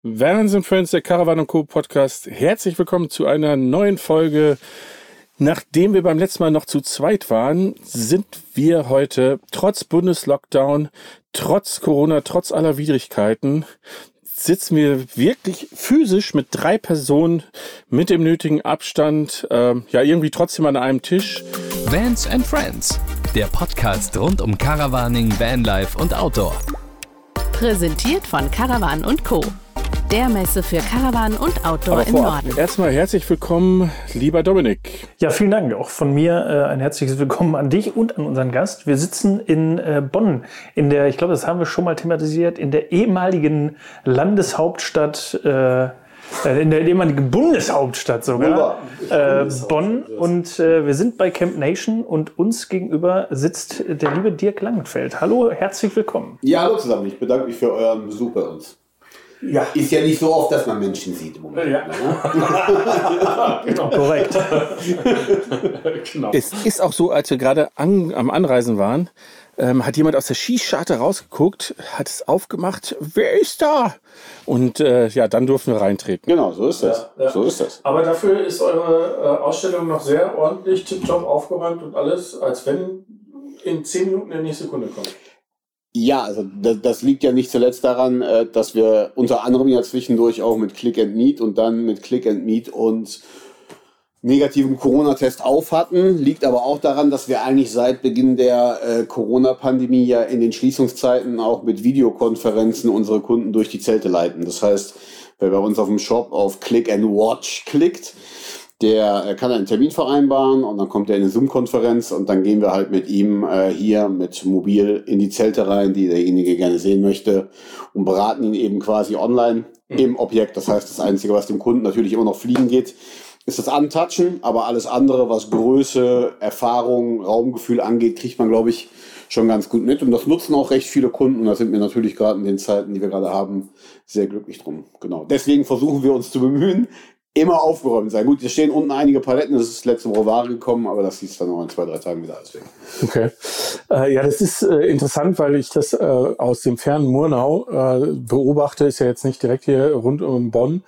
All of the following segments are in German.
Vans and Friends, der Caravan & Co. Podcast. Herzlich willkommen zu einer neuen Folge. Nachdem wir beim letzten Mal noch zu zweit waren, sind wir heute trotz Bundeslockdown, trotz Corona, trotz aller Widrigkeiten, sitzen wir wirklich physisch mit 3 Personen mit dem nötigen Abstand, irgendwie trotzdem an einem Tisch. Vans and Friends, der Podcast rund um Caravaning, Vanlife und Outdoor. Präsentiert von Caravan & Co., der Messe für Caravan und Outdoor im Norden. Erstmal herzlich willkommen, lieber Dominik. Ja, vielen Dank. Auch von mir ein herzliches Willkommen an dich und an unseren Gast. Wir sitzen in Bonn, ich glaube, das haben wir schon mal thematisiert, in der ehemaligen Landeshauptstadt, in der ehemaligen Bundeshauptstadt sogar, Bonn. Und wir sind bei Camp Nation und uns gegenüber sitzt der liebe Dirk Langenfeld. Hallo, herzlich willkommen. Ja, hallo zusammen. Ich bedanke mich für euren Besuch bei uns. Ja. Ist ja nicht so oft, dass man Menschen sieht im Moment. Ja. Genau. Korrekt. Genau. Es ist auch so, als wir gerade am Anreisen waren, hat jemand aus der Skischarte rausgeguckt, hat es aufgemacht, wer ist da? Und dann durften wir reintreten. Genau, so ist das. Ja. So ist das. Aber dafür ist eure Ausstellung noch sehr ordentlich, tipptopp aufgeräumt und alles, als wenn in 10 Minuten der nächste Kunde kommt. Ja, also das liegt ja nicht zuletzt daran, dass wir unter anderem ja zwischendurch auch mit Click and Meet und dann mit Click and Meet und negativem Corona-Test auf hatten. Liegt aber auch daran, dass wir eigentlich seit Beginn der Corona-Pandemie ja in den Schließungszeiten auch mit Videokonferenzen unsere Kunden durch die Zelte leiten. Das heißt, wer bei uns auf dem Shop auf Click and Watch klickt, der kann einen Termin vereinbaren und dann kommt er in eine Zoom-Konferenz und dann gehen wir halt mit ihm hier mit Mobil in die Zelte rein, die derjenige gerne sehen möchte und beraten ihn eben quasi online im Objekt. Das heißt, das Einzige, was dem Kunden natürlich immer noch fliegen geht, ist das Antatschen, aber alles andere, was Größe, Erfahrung, Raumgefühl angeht, kriegt man, glaube ich, schon ganz gut mit. Und das nutzen auch recht viele Kunden und da sind wir natürlich gerade in den Zeiten, die wir gerade haben, sehr glücklich drum. Genau. Deswegen versuchen wir uns zu bemühen, immer aufgeräumt sein. Gut, hier stehen unten einige Paletten, das ist letzte Woche Ware gekommen, aber das hieß dann noch in 2-3 Tagen wieder alles weg. Okay. Das ist interessant, weil ich das aus dem fernen Murnau beobachte, ist ja jetzt nicht direkt hier rund um Bonn,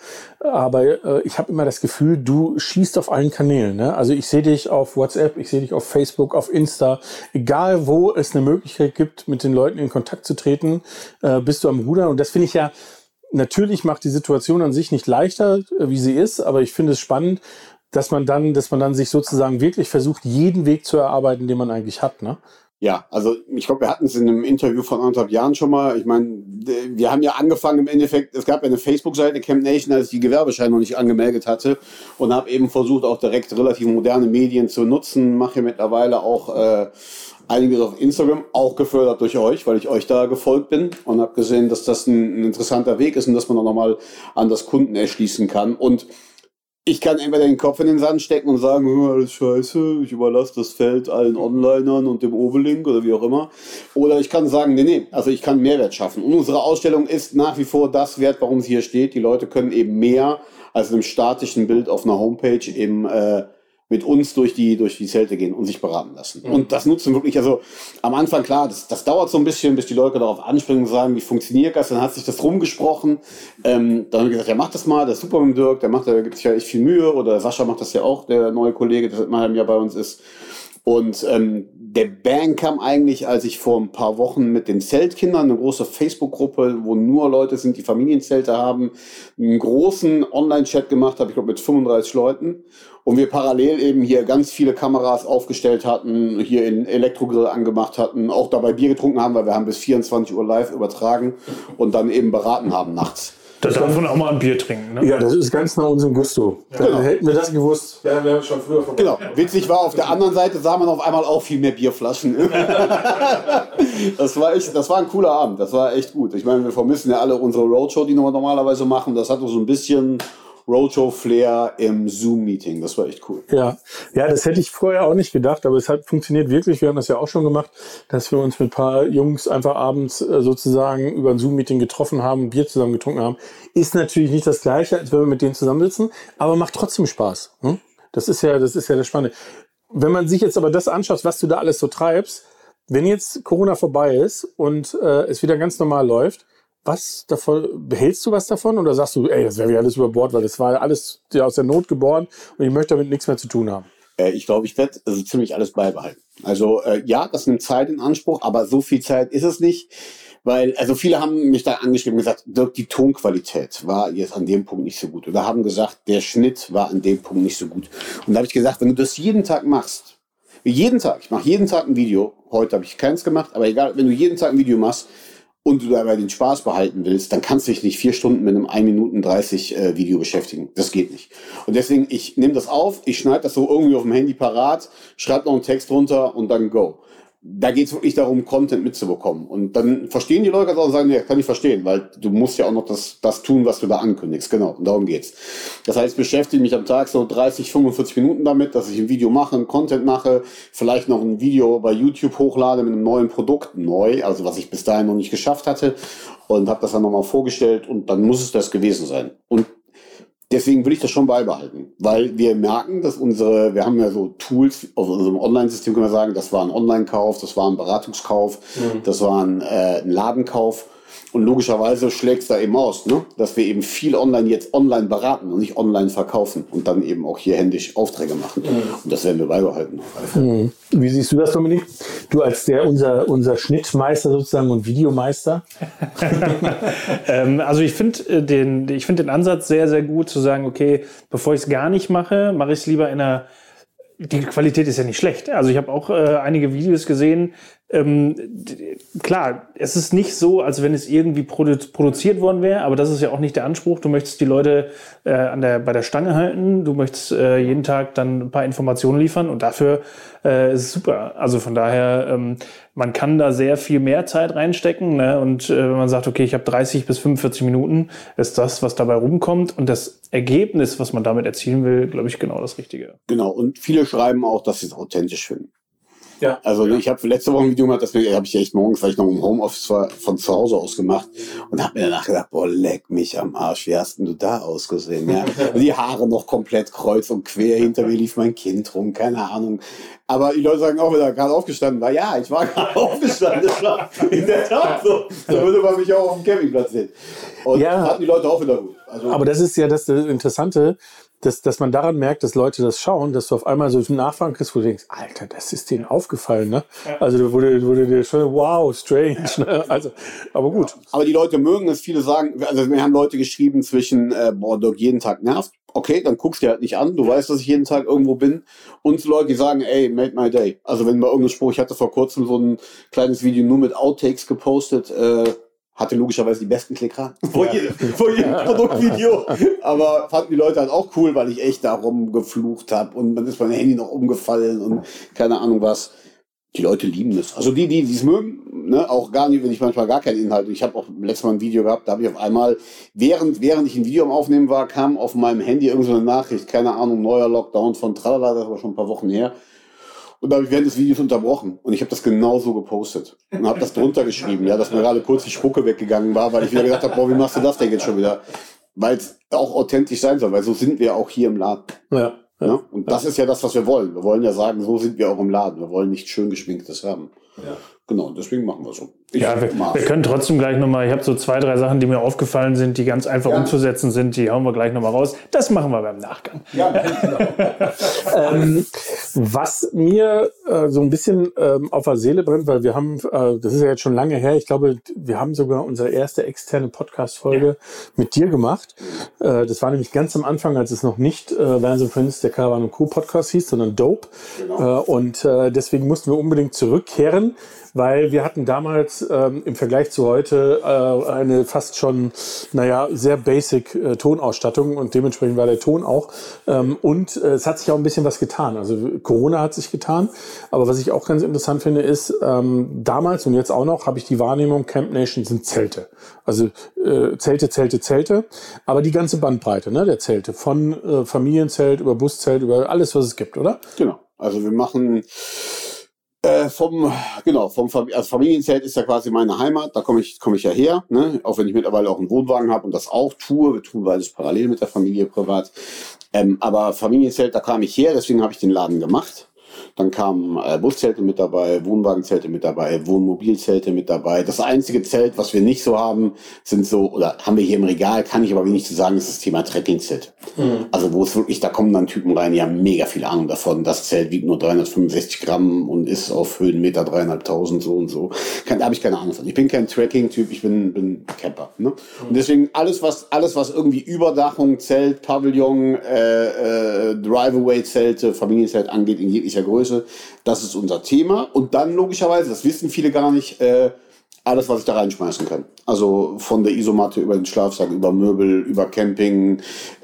aber ich habe immer das Gefühl, du schießt auf allen Kanälen. Ne? Also ich sehe dich auf WhatsApp, ich sehe dich auf Facebook, auf Insta, egal wo es eine Möglichkeit gibt, mit den Leuten in Kontakt zu treten, bist du am Rudern und das finde ich ja. Natürlich macht die Situation an sich nicht leichter, wie sie ist, aber ich finde es spannend, dass man dann sich sozusagen wirklich versucht, jeden Weg zu erarbeiten, den man eigentlich hat, ne? Ja, also ich glaube, wir hatten es in einem Interview von 1,5 Jahren schon mal. Ich meine, wir haben ja angefangen im Endeffekt, es gab ja eine Facebook-Seite, Camp Nation, als ich die Gewerbeschein noch nicht angemeldet hatte und habe eben versucht, auch direkt relativ moderne Medien zu nutzen. Mache hier mittlerweile auch einiges auf Instagram, auch gefördert durch euch, weil ich euch da gefolgt bin und habe gesehen, dass das ein interessanter Weg ist und dass man auch nochmal an das Kunden erschließen kann. Und ich kann entweder den Kopf in den Sand stecken und sagen, alles scheiße, ich überlasse das Feld allen Onlinern und dem Obelink oder wie auch immer. Oder ich kann sagen, nee, also ich kann Mehrwert schaffen. Und unsere Ausstellung ist nach wie vor das wert, warum sie hier steht. Die Leute können eben mehr als in einem statischen Bild auf einer Homepage eben mit uns durch die Zelte gehen und sich beraten lassen. Mhm. Und das nutzen wirklich, also am Anfang, klar, das dauert so ein bisschen, bis die Leute darauf anspringen und sagen, wie funktioniert das? Dann hat sich das rumgesprochen. Dann haben wir gesagt, ja, mach das mal, das ist super mit Dirk, der gibt sich ja echt viel Mühe. Oder Sascha macht das ja auch, der neue Kollege, der seit einem halben Jahr bei uns ist. Und der Bang kam eigentlich, als ich vor ein paar Wochen mit den Zeltkindern, eine große Facebook-Gruppe, wo nur Leute sind, die Familienzelte haben, einen großen Online-Chat gemacht habe, ich glaube mit 35 Leuten. Und wir parallel eben hier ganz viele Kameras aufgestellt hatten, hier in Elektrogrill angemacht hatten, auch dabei Bier getrunken haben, weil wir haben bis 24 Uhr live übertragen und dann eben beraten haben nachts. Da darf man auch mal ein Bier trinken, ne? Ja, das ist ganz nach unserem Gusto. Ja. Genau. Hätten wir das gewusst, wären wir schon früher vorbei. Genau. Witzig war, auf der anderen Seite sah man auf einmal auch viel mehr Bierflaschen. Das war ein cooler Abend. Das war echt gut. Ich meine, wir vermissen ja alle unsere Roadshow, die wir normalerweise machen. Das hat so ein bisschen Roadshow-Flair im Zoom-Meeting. Das war echt cool. Ja, das hätte ich vorher auch nicht gedacht, aber es hat funktioniert wirklich. Wir haben das ja auch schon gemacht, dass wir uns mit ein paar Jungs einfach abends sozusagen über ein Zoom-Meeting getroffen haben, Bier zusammen getrunken haben. Ist natürlich nicht das Gleiche, als wenn wir mit denen zusammensitzen, aber macht trotzdem Spaß. Hm? Das ist ja das Spannende. Wenn man sich jetzt aber das anschaut, was du da alles so treibst, wenn jetzt Corona vorbei ist und es wieder ganz normal läuft, was davon, behältst du was davon oder sagst du, ey, das wäre alles über Bord, weil das war alles aus der Not geboren und ich möchte damit nichts mehr zu tun haben? Ich glaube, ich werde ziemlich alles beibehalten. Also ja, das nimmt Zeit in Anspruch, aber so viel Zeit ist es nicht. Weil, also viele haben mich da angeschrieben und gesagt, Dirk, die Tonqualität war jetzt an dem Punkt nicht so gut. Oder haben gesagt, der Schnitt war an dem Punkt nicht so gut. Und da habe ich gesagt, wenn du das jeden Tag machst, jeden Tag, ich mache jeden Tag ein Video, heute habe ich keins gemacht, aber egal, wenn du jeden Tag ein Video machst und du dabei den Spaß behalten willst, dann kannst du dich nicht 4 Stunden mit einem 1 Minuten 30 Video beschäftigen. Das geht nicht. Und deswegen, ich nehme das auf, ich schneide das so irgendwie auf dem Handy parat, schreibe noch einen Text runter und dann go. Da geht es wirklich darum, Content mitzubekommen. Und dann verstehen die Leute das auch und sagen, ja, kann ich verstehen, weil du musst ja auch noch das tun, was du da ankündigst. Genau, und darum geht's. Das heißt, ich beschäftige mich am Tag so 30, 45 Minuten damit, dass ich ein Video mache, ein Content mache, vielleicht noch ein Video bei YouTube hochlade mit einem neuen Produkt, also was ich bis dahin noch nicht geschafft hatte, und habe das dann nochmal vorgestellt und dann muss es das gewesen sein. Und deswegen will ich das schon beibehalten, weil wir merken, dass wir haben ja so Tools auf unserem Online-System, können wir sagen, das war ein Online-Kauf, das war ein Beratungskauf, das war ein Ladenkauf. Und logischerweise schlägt es da eben aus, ne? Dass wir eben viel jetzt online beraten und nicht online verkaufen und dann eben auch hier händisch Aufträge machen. Und das werden wir beibehalten. Wie siehst du das, Dominik? Du als unser Schnittmeister sozusagen und Videomeister? Also ich finde den Ansatz sehr, sehr gut, zu sagen, okay, bevor ich es gar nicht mache, mache ich es lieber die Qualität ist ja nicht schlecht. Also ich habe auch einige Videos gesehen. Klar, es ist nicht so, als wenn es irgendwie produziert worden wäre, aber das ist ja auch nicht der Anspruch. Du möchtest die Leute bei der Stange halten, du möchtest jeden Tag dann ein paar Informationen liefern und dafür ist es super. Also von daher, man kann da sehr viel mehr Zeit reinstecken, ne? Und wenn man sagt, okay, ich habe 30 bis 45 Minuten, ist das, was dabei rumkommt und das Ergebnis, was man damit erzielen will, glaube ich, genau das Richtige. Genau, und viele schreiben auch, dass sie es authentisch finden. Ja. Also ich habe letzte Woche ein Video gemacht, das habe ich echt morgens, weil ich noch im Homeoffice war, von zu Hause aus gemacht und habe mir danach gedacht, boah, leck mich am Arsch, wie hast denn du da ausgesehen? Ja? Die Haare noch komplett kreuz und quer, hinter mir lief mein Kind rum, keine Ahnung. Aber die Leute sagen auch, wenn er gerade aufgestanden war, ja, ich war gerade aufgestanden, das war in der Tat so. Da würde man mich auch auf dem Campingplatz sehen. Und ja, hatten die Leute auch wieder gut. Also, aber das ist ja das Interessante, dass man daran merkt, dass Leute das schauen, dass du auf einmal so einen Nachfragen kriegst, wo du denkst, Alter, das ist denen aufgefallen, ne? Ja. Also wurde dir schon, wow, strange, ne? Also, aber gut. Ja. Aber die Leute mögen es, viele sagen, also wir haben Leute geschrieben zwischen, boah, Dirk, jeden Tag nervt. Okay, dann guckst du dir halt nicht an, du weißt, dass ich jeden Tag irgendwo bin. Und so Leute, die sagen, ey, made my day. Also wenn mal irgendein Spruch, ich hatte vor kurzem so ein kleines Video nur mit Outtakes gepostet, hatte logischerweise die besten Klicker vor jedem Produktvideo. Aber fanden die Leute halt auch cool, weil ich echt da rumgeflucht habe und dann ist mein Handy noch umgefallen und keine Ahnung was. Die Leute lieben es. Also die es mögen, ne, auch gar nicht, wenn ich manchmal gar keinen Inhalt. Ich habe auch letztes Mal ein Video gehabt, da habe ich auf einmal, während ich ein Video am Aufnehmen war, kam auf meinem Handy irgend so eine Nachricht, keine Ahnung, neuer Lockdown von Tralala, das war schon ein paar Wochen her. Und da habe ich während des Videos unterbrochen. Und ich habe das genauso gepostet. Und habe das drunter geschrieben, ja, dass mir gerade kurz die Spucke weggegangen war, weil ich wieder gedacht habe, boah, wie machst du das denn jetzt schon wieder? Weil es auch authentisch sein soll, weil so sind wir auch hier im Laden. Ja. Ja? Und das ist ja das, was wir wollen. Wir wollen ja sagen, so sind wir auch im Laden. Wir wollen nicht schön geschminktes haben. Ja. Genau, deswegen machen wir so. Wir können trotzdem gleich nochmal, ich habe so 2, 3 Sachen, die mir aufgefallen sind, die ganz einfach umzusetzen sind, die hauen wir gleich nochmal raus. Das machen wir beim Nachgang. Ja, was mir so ein bisschen auf der Seele brennt, weil wir haben, das ist ja jetzt schon lange her, ich glaube, wir haben sogar unsere erste externe Podcast-Folge mit dir gemacht. Das war nämlich ganz am Anfang, als es noch nicht Vans & Friends, der Caravan & Co. Podcast hieß, sondern Dope. Genau. Und deswegen mussten wir unbedingt zurückkehren, weil wir hatten damals im Vergleich zu heute eine fast schon, sehr basic Tonausstattung und dementsprechend war der Ton auch. Und es hat sich auch ein bisschen was getan. Also Corona hat sich getan, aber was ich auch ganz interessant finde ist, damals und jetzt auch noch habe ich die Wahrnehmung, Camp Nation sind Zelte. Also Zelte, aber die ganze Bandbreite, ne, der Zelte. Von Familienzelt über Buszelt, über alles, was es gibt, oder? Genau. Also wir machen... Familienzelt ist ja quasi meine Heimat, da komme ich ja her, ne? Auch wenn ich mittlerweile auch einen Wohnwagen habe und das auch tue, wir tun beides parallel mit der Familie privat. Aber Familienzelt, da kam ich her, deswegen habe ich den Laden gemacht. Dann kamen Buszelte mit dabei, Wohnwagenzelte mit dabei, Wohnmobilzelte mit dabei. Das einzige Zelt, was wir nicht so haben, sind so, oder haben wir hier im Regal, kann ich aber wenig zu sagen, ist das Thema Trekkingzelt. Also wo es wirklich, da kommen dann Typen rein, die haben mega viel Ahnung davon. Das Zelt wiegt nur 365 Gramm und ist auf Höhenmeter 3.500 so und so. Da habe ich keine Ahnung von. Ich bin kein Trekking-Typ, ich bin Camper. Ne? Und deswegen alles, was irgendwie Überdachung, Zelt, Pavillon, Drive-Away-Zelte, Familienzelt angeht, in jeglicher Größe, das ist unser Thema. Und dann logischerweise, das wissen viele gar nicht, alles, was ich da reinschmeißen kann. Also von der Isomatte über den Schlafsack, über Möbel, über Camping,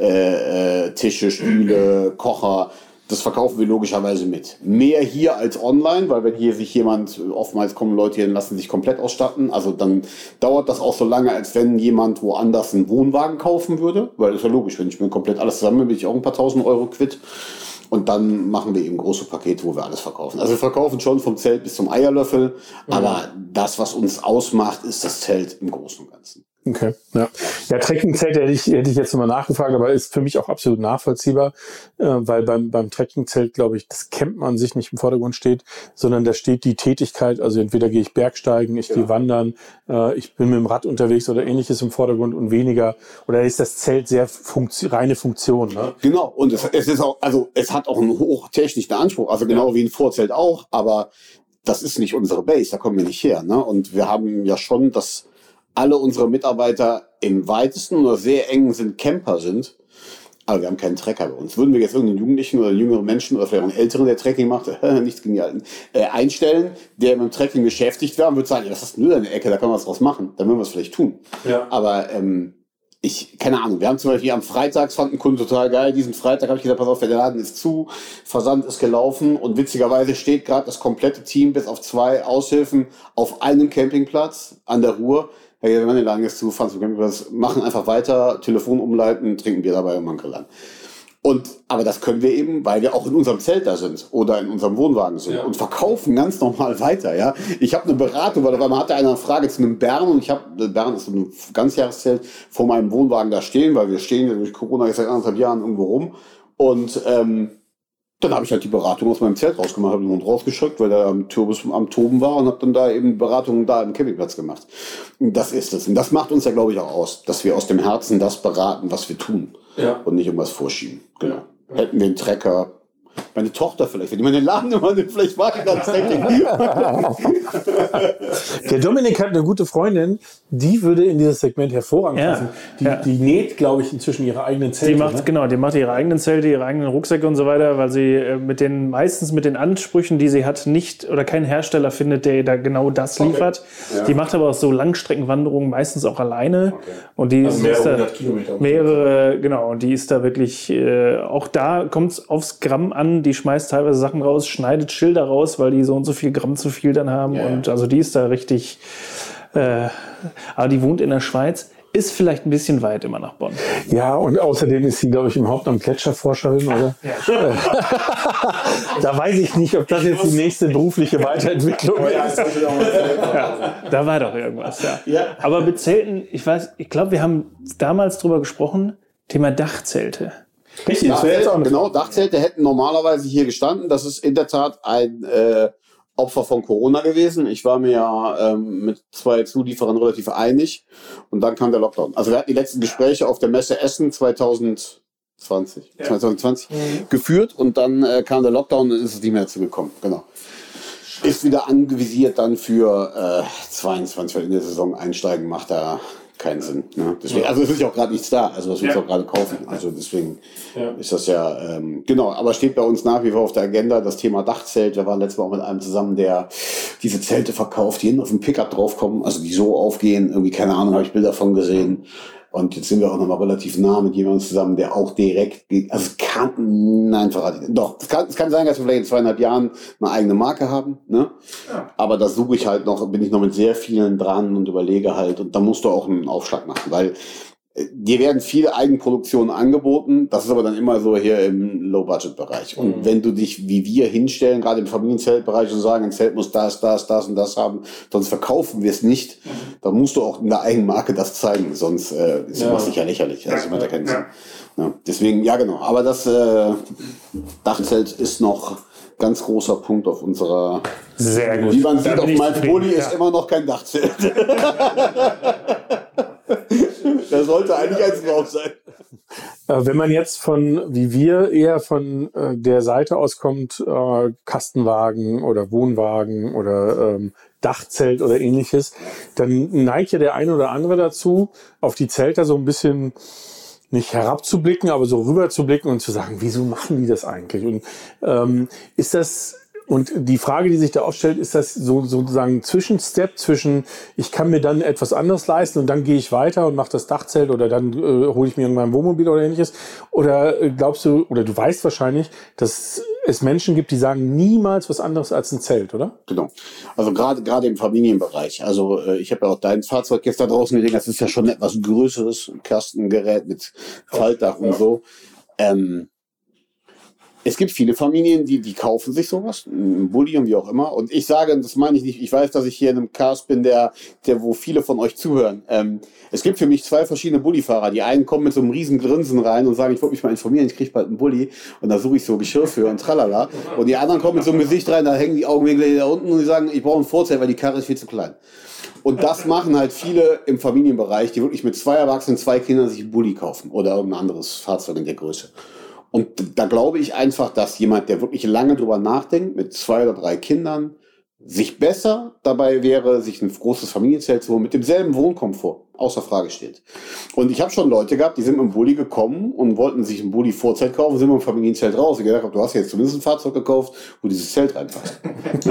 Tische, Stühle, Kocher. Das verkaufen wir logischerweise mit. Mehr hier als online, weil wenn hier sich jemand, oftmals kommen Leute hier und lassen sich komplett ausstatten, also dann dauert das auch so lange, als wenn jemand woanders einen Wohnwagen kaufen würde, weil das ist ja logisch, wenn ich mir komplett alles zusammen bin ich auch ein paar tausend Euro quitt. Und dann machen wir eben große Pakete, wo wir alles verkaufen. Also wir verkaufen schon vom Zelt bis zum Eierlöffel, aber das, was uns ausmacht, ist das Zelt im Großen und Ganzen. Okay, ja. Ja, Trekkingzelt hätte ich jetzt nochmal nachgefragt, aber ist für mich auch absolut nachvollziehbar, weil beim Trekkingzelt, glaube ich, das Campen an sich nicht im Vordergrund steht, sondern da steht die Tätigkeit, also entweder gehe ich Bergsteigen, ich gehe wandern, ich bin mit dem Rad unterwegs oder ähnliches im Vordergrund und weniger, oder ist das Zelt sehr reine Funktion, ne? Genau, und es ist auch, also es hat auch einen hochtechnischen Anspruch, also genau wie ein Vorzelt auch, aber das ist nicht unsere Base, da kommen wir nicht her, ne? Und wir haben ja schon alle unsere Mitarbeiter im weitesten oder sehr engen sind Camper sind, aber wir haben keinen Trecker bei uns. Würden wir jetzt irgendeinen Jugendlichen oder jüngeren Menschen oder vielleicht einen Älteren, der Trekking macht, nichts gegen die Alten, einstellen, der mit dem Trekking beschäftigt wäre und würde sagen, ja, das ist nur eine Ecke, da kann man was draus machen, dann würden wir es vielleicht tun. Ja. Aber keine Ahnung, wir haben zum Beispiel am Freitag, fand ein Kunde total geil, diesen Freitag habe ich gesagt, pass auf, der Laden ist zu, Versand ist gelaufen und witzigerweise steht gerade das komplette Team bis auf 2 Aushilfen auf einem Campingplatz an der Ruhr. Hey, wenn der Laden jetzt zufahren zum Campingplatz, machen einfach weiter, Telefon umleiten, trinken Bier dabei und machen Grill an. Aber das können wir eben, weil wir auch in unserem Zelt da sind oder in unserem Wohnwagen sind und verkaufen ganz normal weiter. Ja, ich habe eine Beratung, weil man hatte eine Frage zu einem Bern und Bern ist so ein Ganzjahreszelt vor meinem Wohnwagen da stehen, weil wir stehen durch Corona jetzt seit 1,5 Jahren irgendwo rum und dann habe ich halt die Beratung aus meinem Zelt rausgemacht, habe den Hund rausgeschickt, weil er am Toben war und habe dann da eben Beratungen da im Campingplatz gemacht. Und das ist es. Und das macht uns ja, glaube ich, auch aus, dass wir aus dem Herzen das beraten, was wir tun und nicht irgendwas vorschieben. Genau. Ja. Hätten wir einen Trecker, meine Tochter vielleicht, wenn die meinen Laden immer nimmt, vielleicht mag ich das Trekking. Der Dominik hat eine gute Freundin, die würde in dieses Segment hervorragend passen. Die näht, glaube ich, inzwischen ihre eigenen Zelte. Die macht ihre eigenen Zelte, ihre eigenen Rucksäcke und so weiter, weil sie meistens mit den Ansprüchen, die sie hat, nicht oder keinen Hersteller findet, der da genau das liefert. Ja. Die macht aber auch so Langstreckenwanderungen meistens auch alleine. Okay. Und die also mehrere 100 Kilometer. Genau, und die ist da wirklich, auch da kommt es aufs Gramm an. Die schmeißt teilweise Sachen raus, schneidet Schilder raus, weil die so und so viel Gramm zu viel dann haben. Ja. Und also die ist da richtig, aber die wohnt in der Schweiz, ist vielleicht ein bisschen weit immer nach Bonn. Ja, und außerdem ist sie, glaube ich, im Hauptamt Gletscherforscherin, oder? Ja. Da weiß ich nicht, ob das jetzt die nächste berufliche Weiterentwicklung ist. Ja, da war doch irgendwas, ja. Aber mit Zelten, ich glaube, wir haben damals drüber gesprochen, Thema Dachzelte. Richtig, genau, Dachzelte hätten normalerweise hier gestanden. Das ist in der Tat ein Opfer von Corona gewesen. Ich war mir ja mit 2 Zulieferern relativ einig und dann kam der Lockdown. Also wir hatten die letzten Gespräche auf der Messe Essen 2020 geführt und dann kam der Lockdown und ist es nicht mehr dazu gekommen. Genau. Ist wieder anvisiert dann für 22, weil in der Saison einsteigen macht da keinen Sinn. Ne? Deswegen, also es ist ja auch gerade nichts da, also was wir jetzt auch gerade kaufen. Also deswegen ist das ja, genau, aber steht bei uns nach wie vor auf der Agenda das Thema Dachzelt. Wir waren letztes Mal auch mit einem zusammen, der diese Zelte verkauft, die hinten auf dem Pickup draufkommen, also die so aufgehen, irgendwie, keine Ahnung, habe ich Bilder von gesehen. Und jetzt sind wir auch noch mal relativ nah mit jemandem zusammen, der auch direkt geht. Also es kann sein, dass wir vielleicht in 2,5 Jahren eine eigene Marke haben, ne? Ja. Aber da suche ich halt noch, bin ich noch mit sehr vielen dran und überlege halt, und da musst du auch einen Aufschlag machen, weil dir werden viele Eigenproduktionen angeboten, das ist aber dann immer so hier im Low-Budget-Bereich. Und wenn du dich wie wir hinstellen, gerade im Familienzeltbereich und sagen, ein Zelt muss das und das haben, sonst verkaufen wir es nicht, dann musst du auch in der eigenen Marke das zeigen, sonst ist das sicher lächerlich. Also macht ja keinen Sinn. Ja, deswegen, ja genau, aber das Dachzelt ist noch ganz großer Punkt auf unserer... Sehr gut. Wie man sieht, auf meinem Bulli ist immer noch kein Dachzelt. Da sollte eigentlich eins drauf sein. Wenn man jetzt wie wir eher von der Seite auskommt, Kastenwagen oder Wohnwagen oder Dachzelt oder ähnliches, dann neigt ja der eine oder andere dazu, auf die Zelter so ein bisschen nicht herabzublicken, aber so rüber zu blicken und zu sagen, wieso machen die das eigentlich? Und ist das... Und die Frage, die sich da aufstellt, ist das sozusagen ein Zwischenstep zwischen, ich kann mir dann etwas anderes leisten und dann gehe ich weiter und mache das Dachzelt oder dann hole ich mir irgendwann ein Wohnmobil oder ähnliches? Oder glaubst du, oder du weißt wahrscheinlich, dass es Menschen gibt, die sagen niemals was anderes als ein Zelt, oder? Genau. Also gerade im Familienbereich. Also ich habe ja auch dein Fahrzeug jetzt da draußen gesehen. Das ist ja schon etwas größeres Kastengerät mit Faltdach und so. Es gibt viele Familien, die kaufen sich sowas, ein Bulli und wie auch immer. Und ich sage, das meine ich nicht, ich weiß, dass ich hier in einem Cast bin, wo viele von euch zuhören. Es gibt für mich 2 verschiedene Bullifahrer. Die einen kommen mit so einem riesen Grinsen rein und sagen, ich wollte mich mal informieren, ich kriege bald einen Bulli. Und da suche ich so Geschirr für und tralala. Und die anderen kommen mit so einem Gesicht rein, da hängen die Augenwinkel da unten und die sagen, ich brauche ein Vorzelt, weil die Karre ist viel zu klein. Und das machen halt viele im Familienbereich, die wirklich mit 2 Erwachsenen, 2 Kindern sich einen Bulli kaufen oder irgendein anderes Fahrzeug in der Größe. Und da glaube ich einfach, dass jemand, der wirklich lange drüber nachdenkt, mit 2 oder 3 Kindern, sich besser dabei wäre, sich ein großes Familienzelt zu holen, mit demselben Wohnkomfort, außer Frage steht. Und ich habe schon Leute gehabt, die sind mit dem Bulli gekommen und wollten sich ein Bulli-Vorzelt kaufen, sind mit dem Familienzelt raus. Ich gedacht habe, du hast jetzt zumindest ein Fahrzeug gekauft, wo dieses Zelt reinpasst.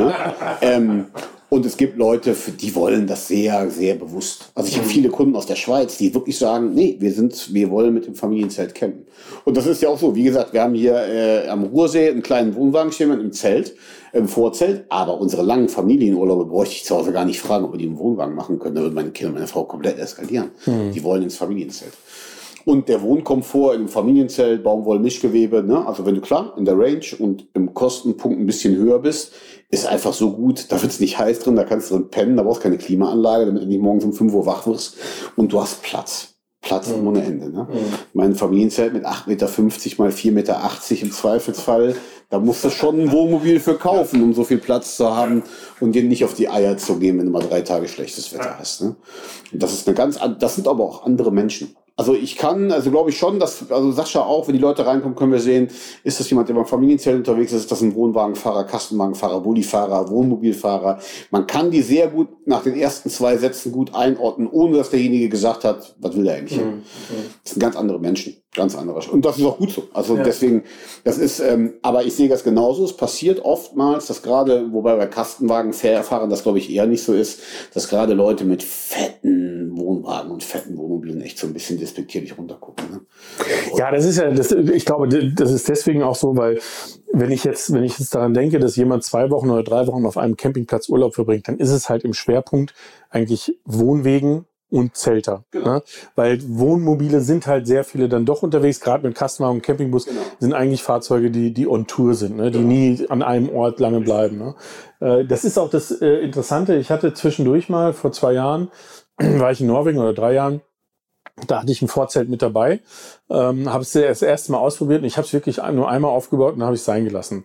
Und es gibt Leute, für die wollen das sehr, sehr bewusst. Also ich habe viele Kunden aus der Schweiz, die wirklich sagen, nee, wir wollen mit dem Familienzelt campen. Und das ist ja auch so. Wie gesagt, wir haben hier am Ruhrsee einen kleinen Wohnwagen stehen mit einem Zelt, im Vorzelt. Aber unsere langen Familienurlaube bräuchte ich zu Hause gar nicht fragen, ob wir die im Wohnwagen machen können. Da würden meine Kinder und meine Frau komplett eskalieren. Die wollen ins Familienzelt. Und der Wohnkomfort im Familienzelt, Baumwolle, Mischgewebe, ne? Also wenn du klar in der Range und im Kostenpunkt ein bisschen höher bist, ist einfach so gut, da wird's nicht heiß drin, da kannst du drin pennen, da brauchst du keine Klimaanlage, damit du nicht morgens um 5 Uhr wach wirst und du hast Platz ohne Ende. Ne? Mein Familienzelt mit 8,50 Meter mal 4,80 Meter im Zweifelsfall, da musst du schon ein Wohnmobil für kaufen, um so viel Platz zu haben und dir nicht auf die Eier zu gehen, wenn du mal 3 Tage schlechtes Wetter hast. Ne? Und das ist das sind aber auch andere Menschen. Also glaube ich schon, also Sascha auch, wenn die Leute reinkommen, können wir sehen, ist das jemand, der beim Familienzelt unterwegs ist das ein Wohnwagenfahrer, Kastenwagenfahrer, Bullifahrer, Wohnmobilfahrer. Man kann die sehr gut nach den ersten 2 Sätzen gut einordnen, ohne dass derjenige gesagt hat, was will der eigentlich? Das sind ganz andere Menschen, ganz andere. Und das ist auch gut so. Also deswegen, das ist, aber ich sehe das genauso. Es passiert oftmals, dass gerade, wobei bei Kastenwagenfahrern das glaube ich eher nicht so ist, dass gerade Leute mit fetten Wohnwagen und fetten Wohnmobilen echt so ein bisschen despektierlich runtergucken. Ne? Ja, ich glaube, das ist deswegen auch so, weil wenn ich jetzt daran denke, dass jemand 2 Wochen oder 3 Wochen auf einem Campingplatz Urlaub verbringt, dann ist es halt im Schwerpunkt eigentlich Wohnwegen und Zelter. Genau. Ne? Weil Wohnmobile sind halt sehr viele dann doch unterwegs, gerade mit Kastenwagen und Campingbus sind eigentlich Fahrzeuge, die on Tour sind, ne? Die nie an einem Ort lange bleiben. Ne? Das ist auch das Interessante. Ich hatte zwischendurch mal, vor 2 Jahren, war ich in Norwegen oder 3 Jahren, da hatte ich ein Vorzelt mit dabei, habe es das erste Mal ausprobiert und ich habe es wirklich nur einmal aufgebaut und dann habe ich es sein gelassen.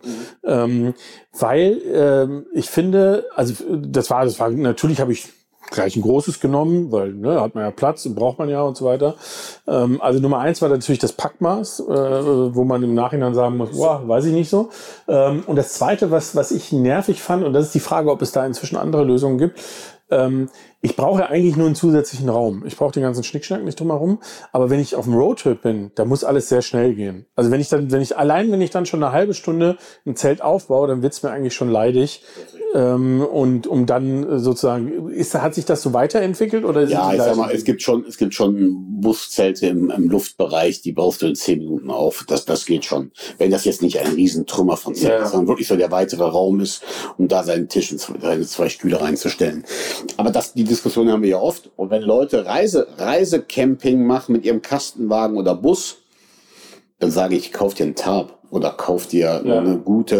Weil ich finde, also das war natürlich habe ich gleich ein großes genommen, weil hat man ja Platz und braucht man ja und so weiter. Also Nummer 1 war natürlich das Packmaß, wo man im Nachhinein sagen muss, wow, weiß ich nicht so. Und das Zweite, was ich nervig fand, und das ist die Frage, ob es da inzwischen andere Lösungen gibt, ich brauche ja eigentlich nur einen zusätzlichen Raum. Ich brauche den ganzen Schnickschnack nicht drumherum. Aber wenn ich auf dem Roadtrip bin, da muss alles sehr schnell gehen. Also wenn ich dann schon eine halbe Stunde ein Zelt aufbaue, dann wird's mir eigentlich schon leidig. Und um dann sozusagen, hat sich das so weiterentwickelt? Oder ja, ich sag mal, es gibt schon Buszelte im Luftbereich, die baust du in 10 Minuten auf. Das geht schon. Wenn das jetzt nicht ein Riesentrümmer von Zelt ist, sondern wirklich so der weitere Raum ist, um da seinen Tisch und seine 2 Stühle reinzustellen. Aber die Diskussion haben wir ja oft. Und wenn Leute Reisecamping machen mit ihrem Kastenwagen oder Bus, dann sage ich, kauf dir einen Tarp oder kauf dir eine gute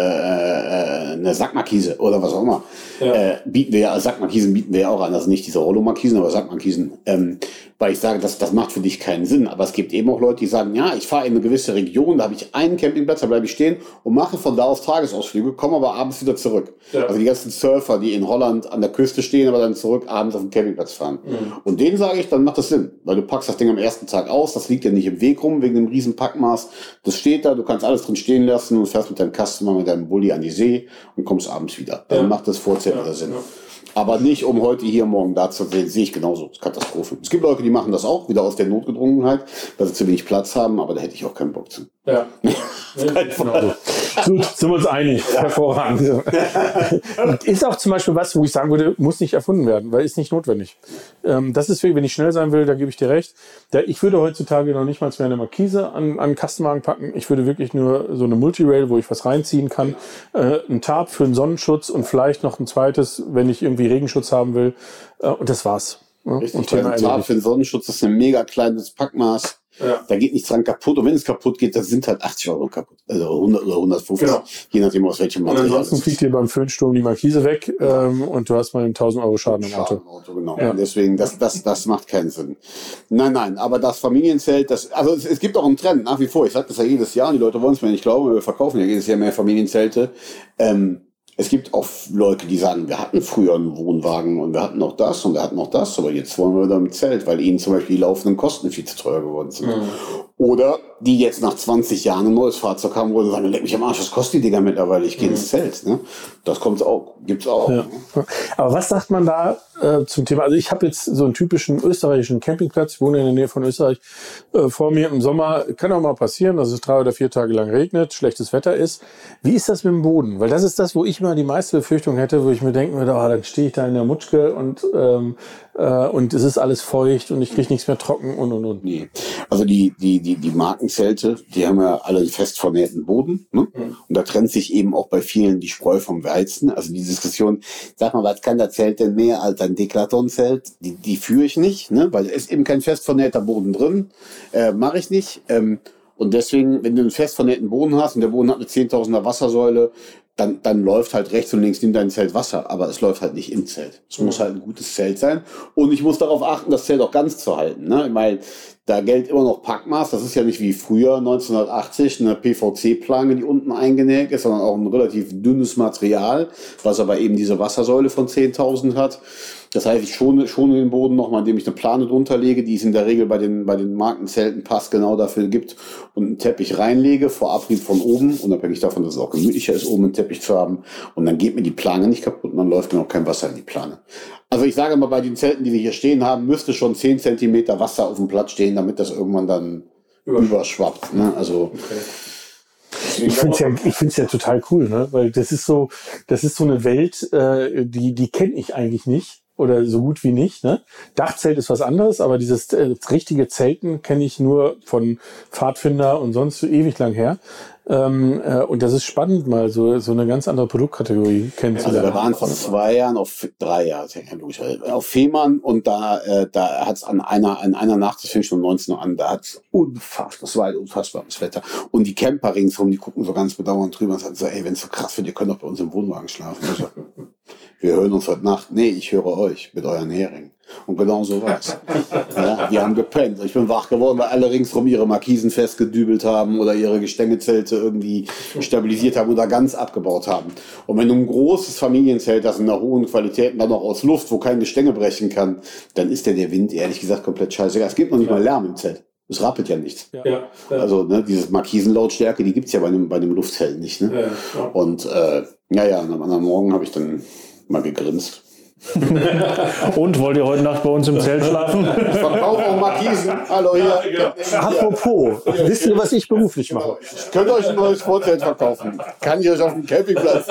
eine Sackmarkise oder was auch immer. Sackmarkisen bieten wir ja auch an, also nicht diese Rollo-Markisen, aber Sackmarkisen. Weil ich sage, das macht für dich keinen Sinn. Aber es gibt eben auch Leute, die sagen, ja, ich fahre in eine gewisse Region, da habe ich einen Campingplatz, da bleibe ich stehen und mache von da aus Tagesausflüge, komme aber abends wieder zurück. Ja. Also die ganzen Surfer, die in Holland an der Küste stehen, aber dann zurück abends auf den Campingplatz fahren. Und denen sage ich, dann macht das Sinn. Weil du packst das Ding am ersten Tag aus, das liegt ja nicht im Weg rum, wegen dem riesen Packmaß. Das steht da, du kannst alles drin stehen lassen und fährst mit deinem Customer, mit deinem Bulli an die See und kommst abends wieder. Dann macht das Vorzeit wieder Sinn. Ja. Aber nicht, um heute hier, morgen da zu sehen, sehe ich genauso. Das ist Katastrophe. Es gibt Leute, die machen das auch, wieder aus der Notgedrungenheit, weil sie zu wenig Platz haben, aber da hätte ich auch keinen Bock zu. Ja. Genau. Gut, sind wir uns einig. Hervorragend. Ist auch zum Beispiel was, wo ich sagen würde, muss nicht erfunden werden, weil ist nicht notwendig. Das ist, wenn ich schnell sein will, da gebe ich dir recht. Ich würde heutzutage noch nicht mal mehr eine Markise an Kastenwagen packen. Ich würde wirklich nur so eine Multirail, wo ich was reinziehen kann, ein Tarp für einen Sonnenschutz und vielleicht noch ein zweites, wenn ich irgendwie Regenschutz haben will. Und das war's. Richtig, und Thema ein Tarp für den Sonnenschutz ist ein mega kleines Packmaß. Ja. Da geht nichts dran kaputt. Und wenn es kaputt geht, dann sind halt 80 € kaputt. Also 100 oder 150, genau. Je nachdem, aus welchem Material. Und ansonsten fliegt dir beim Föhnsturm die Markise weg und du hast mal einen 1.000 € Schaden im Auto. Genau. Ja. Deswegen, das macht keinen Sinn. Nein, aber das Familienzelt, also es gibt auch einen Trend nach wie vor. Ich sage das ja jedes Jahr und die Leute wollen es mir nicht glauben, wir verkaufen ja jedes Jahr mehr Familienzelte. Es gibt auch Leute, die sagen, wir hatten früher einen Wohnwagen und wir hatten auch das und wir hatten auch das, aber jetzt wollen wir wieder mit Zelt, weil ihnen zum Beispiel die laufenden Kosten viel zu teuer geworden sind. Oder die jetzt nach 20 Jahren ein neues Fahrzeug haben, wo sie sagen, leck mich am Arsch, was kostet die Dinger mittlerweile? Ich gehe ins Zelt. Ne? Das gibt's auch. Ja. Aber was sagt man da zum Thema? Also ich habe jetzt so einen typischen österreichischen Campingplatz, ich wohne in der Nähe von Österreich, vor mir im Sommer, kann auch mal passieren, dass es 3 oder 4 Tage lang regnet, schlechtes Wetter ist. Wie ist das mit dem Boden? Weil das ist das, wo ich immer die meiste Befürchtung hätte, wo ich mir denken würde, dann stehe ich da in der Mutschke und es ist alles feucht und ich kriege nichts mehr trocken und. Nee. Also die Markenzelte, die haben ja alle einen fest vernähten Boden. Ne? Und da trennt sich eben auch bei vielen die Spreu vom Weizen. Also die Diskussion, sag mal, was kann das Zelt denn mehr als ein Deklaton-Zelt? Die führe ich nicht, ne? Weil es ist eben kein fest vernähter Boden drin. Mache ich nicht. Und deswegen, wenn du einen fest vernähten Boden hast und der Boden hat eine 10.000er Wassersäule, dann läuft halt rechts und links neben deinem Zelt Wasser, aber es läuft halt nicht im Zelt. Es muss halt ein gutes Zelt sein und ich muss darauf achten, das Zelt auch ganz zu halten. Ne? Ich meine, da gilt immer noch Packmaß, das ist ja nicht wie früher 1980 eine PVC-Planke, die unten eingenäht ist, sondern auch ein relativ dünnes Material, was aber eben diese Wassersäule von 10.000 hat. Das heißt, ich schone den Boden nochmal, indem ich eine Plane drunter lege, die es in der Regel bei den Markenzelten passgenau dafür gibt und einen Teppich reinlege, vor Abrieb von oben, unabhängig davon, dass es auch gemütlicher ist, oben einen Teppich zu haben. Und dann geht mir die Plane nicht kaputt und dann läuft mir auch kein Wasser in die Plane. Also ich sage mal, bei den Zelten, die wir hier stehen haben, müsste schon 10 Zentimeter Wasser auf dem Platz stehen, damit das irgendwann dann überschwappt. Ne? Also ich finde es ja total cool, ne? Weil das ist so eine Welt, die kenne ich eigentlich nicht. Oder so gut wie nicht. Ne? Dachzelt ist was anderes, aber dieses richtige Zelten kenne ich nur von Pfadfinder und sonst so ewig lang her. Und das ist spannend, mal so eine ganz andere Produktkategorie kennenzulernen. Also wir waren vor 2 Jahren auf 3 Jahre auf Fehmarn und da hat es an einer Nacht, das fing schon um 19 Uhr an, da hat es das war ein unfassbares Wetter. Und die Camper ringsherum, die gucken so ganz bedauernd drüber und sagen so, ey, wenn es so krass wird, ihr könnt doch bei uns im Wohnwagen schlafen. Also, wir hören uns heute Nacht. Nee, ich höre euch mit euren Heringen. Und genau so war's. Ja, wir haben gepennt. Ich bin wach geworden, weil alle ringsrum ihre Markisen festgedübelt haben oder ihre Gestängezelte irgendwie stabilisiert haben oder ganz abgebaut haben. Und wenn du ein großes Familienzelt hast in einer hohen Qualität und dann noch aus Luft, wo kein Gestänge brechen kann, dann ist der Wind ehrlich gesagt komplett scheißegal. Es gibt noch nicht mal Lärm im Zelt. Es rappelt ja nichts. Ja. Also diese Markisenlautstärke, die gibt's ja bei einem Luftzelt nicht. Ne? Ja. Und am anderen Morgen habe ich dann mal gegrinst. Und wollt ihr heute Nacht bei uns im Zelt schlafen? Ich verkaufe auch Markisen. Hallo hier. Ja. Apropos, wisst ihr, was ich beruflich mache? Ich könnte euch ein neues Vorzelt verkaufen. Kann ich euch auf dem Campingplatz.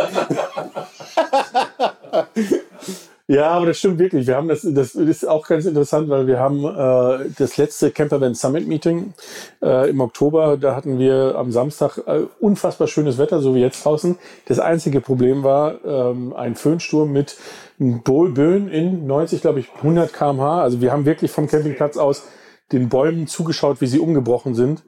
Ja, aber das stimmt wirklich. Wir haben das ist auch ganz interessant, weil wir haben das letzte Campervan Summit Meeting im Oktober. Da hatten wir am Samstag unfassbar schönes Wetter, so wie jetzt draußen. Das einzige Problem war ein Föhnsturm mit Böen in 90, glaube ich, 100 km/h. Also wir haben wirklich vom Campingplatz aus den Bäumen zugeschaut, wie sie umgebrochen sind.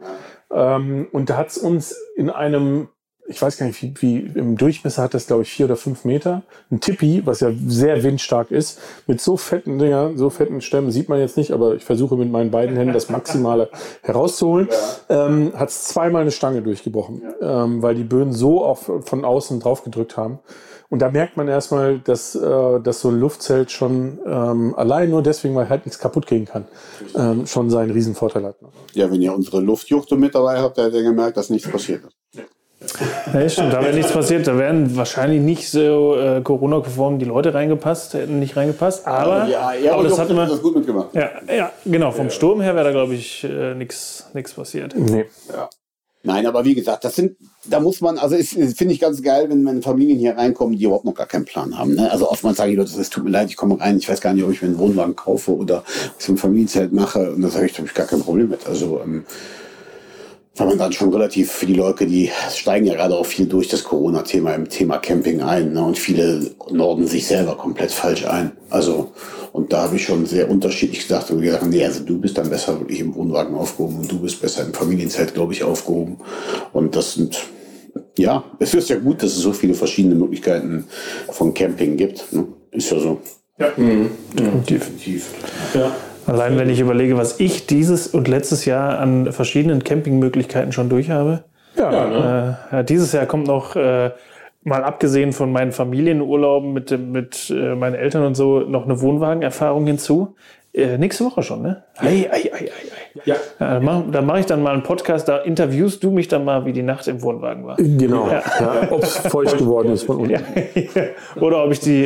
Und da hat es uns in einem, ich weiß gar nicht, wie im Durchmesser hat das, glaube ich, 4 oder 5 Meter, ein Tipi, was ja sehr windstark ist, mit so fetten Dingern, so fetten Stämmen, sieht man jetzt nicht, aber ich versuche mit meinen beiden Händen das Maximale herauszuholen, hat es zweimal eine Stange durchgebrochen, weil die Böen so von außen drauf gedrückt haben. Und da merkt man erstmal, dass so ein Luftzelt schon allein nur deswegen, weil halt nichts kaputt gehen kann, schon seinen Riesenvorteil hat. Ja, wenn ihr unsere Luftjuchte mit dabei habt, dann habt ihr gemerkt, dass nichts passiert ist. Ja, stimmt, da wäre nichts passiert. Da wären wahrscheinlich nicht so Corona-konform die Leute hätten nicht reingepasst. Aber, aber das hat immer das gut mitgemacht. Ja, genau. Vom Sturm her wäre da, glaube ich, nichts passiert. Nee. Ja. Nein, aber wie gesagt, da muss man, also finde ich ganz geil, wenn meine Familien hier reinkommen, die überhaupt noch gar keinen Plan haben. Ne? Also oftmals sagen die Leute, es tut mir leid, ich komme rein, ich weiß gar nicht, ob ich mir einen Wohnwagen kaufe oder so ein Familienzelt mache. Und da sage ich, da habe ich gar kein Problem mit. Also weil man dann schon relativ für die Leute, die steigen ja gerade auch viel durch das Corona-Thema im Thema Camping ein, ne? Und viele norden sich selber komplett falsch ein. Also, und da habe ich schon sehr unterschiedlich gesagt, und gesagt, nee, also du bist dann besser wirklich im Wohnwagen aufgehoben und du bist besser im Familienzelt, glaube ich, aufgehoben. Und das sind, ja, es ist ja gut, dass es so viele verschiedene Möglichkeiten von Camping gibt. Ne? Ist ja so. Ja, definitiv. Ja. Allein wenn ich überlege, was ich dieses und letztes Jahr an verschiedenen Campingmöglichkeiten schon durch habe. Dieses Jahr kommt noch, mal abgesehen von meinen Familienurlauben mit meinen Eltern und so, noch eine Wohnwagenerfahrung hinzu. Nächste Woche schon, ne? Ja. Da mache ich dann mal einen Podcast, da interviewst du mich dann mal, wie die Nacht im Wohnwagen war. Genau, ob es feucht geworden ist von unten. Oder ob ich die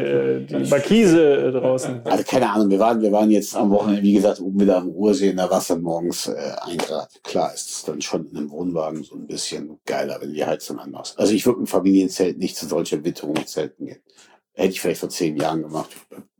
Markise draußen... Also keine Ahnung, wir waren jetzt am Wochenende, wie gesagt, oben wieder am Ruhrsee in der Wasser morgens 1 Grad. Klar ist es dann schon in einem Wohnwagen so ein bisschen geiler, wenn die Heizung anmachst. Also ich würde im Familienzelt nicht zu solchen Witterungszelten gehen. Hätte ich vielleicht vor 10 Jahren gemacht.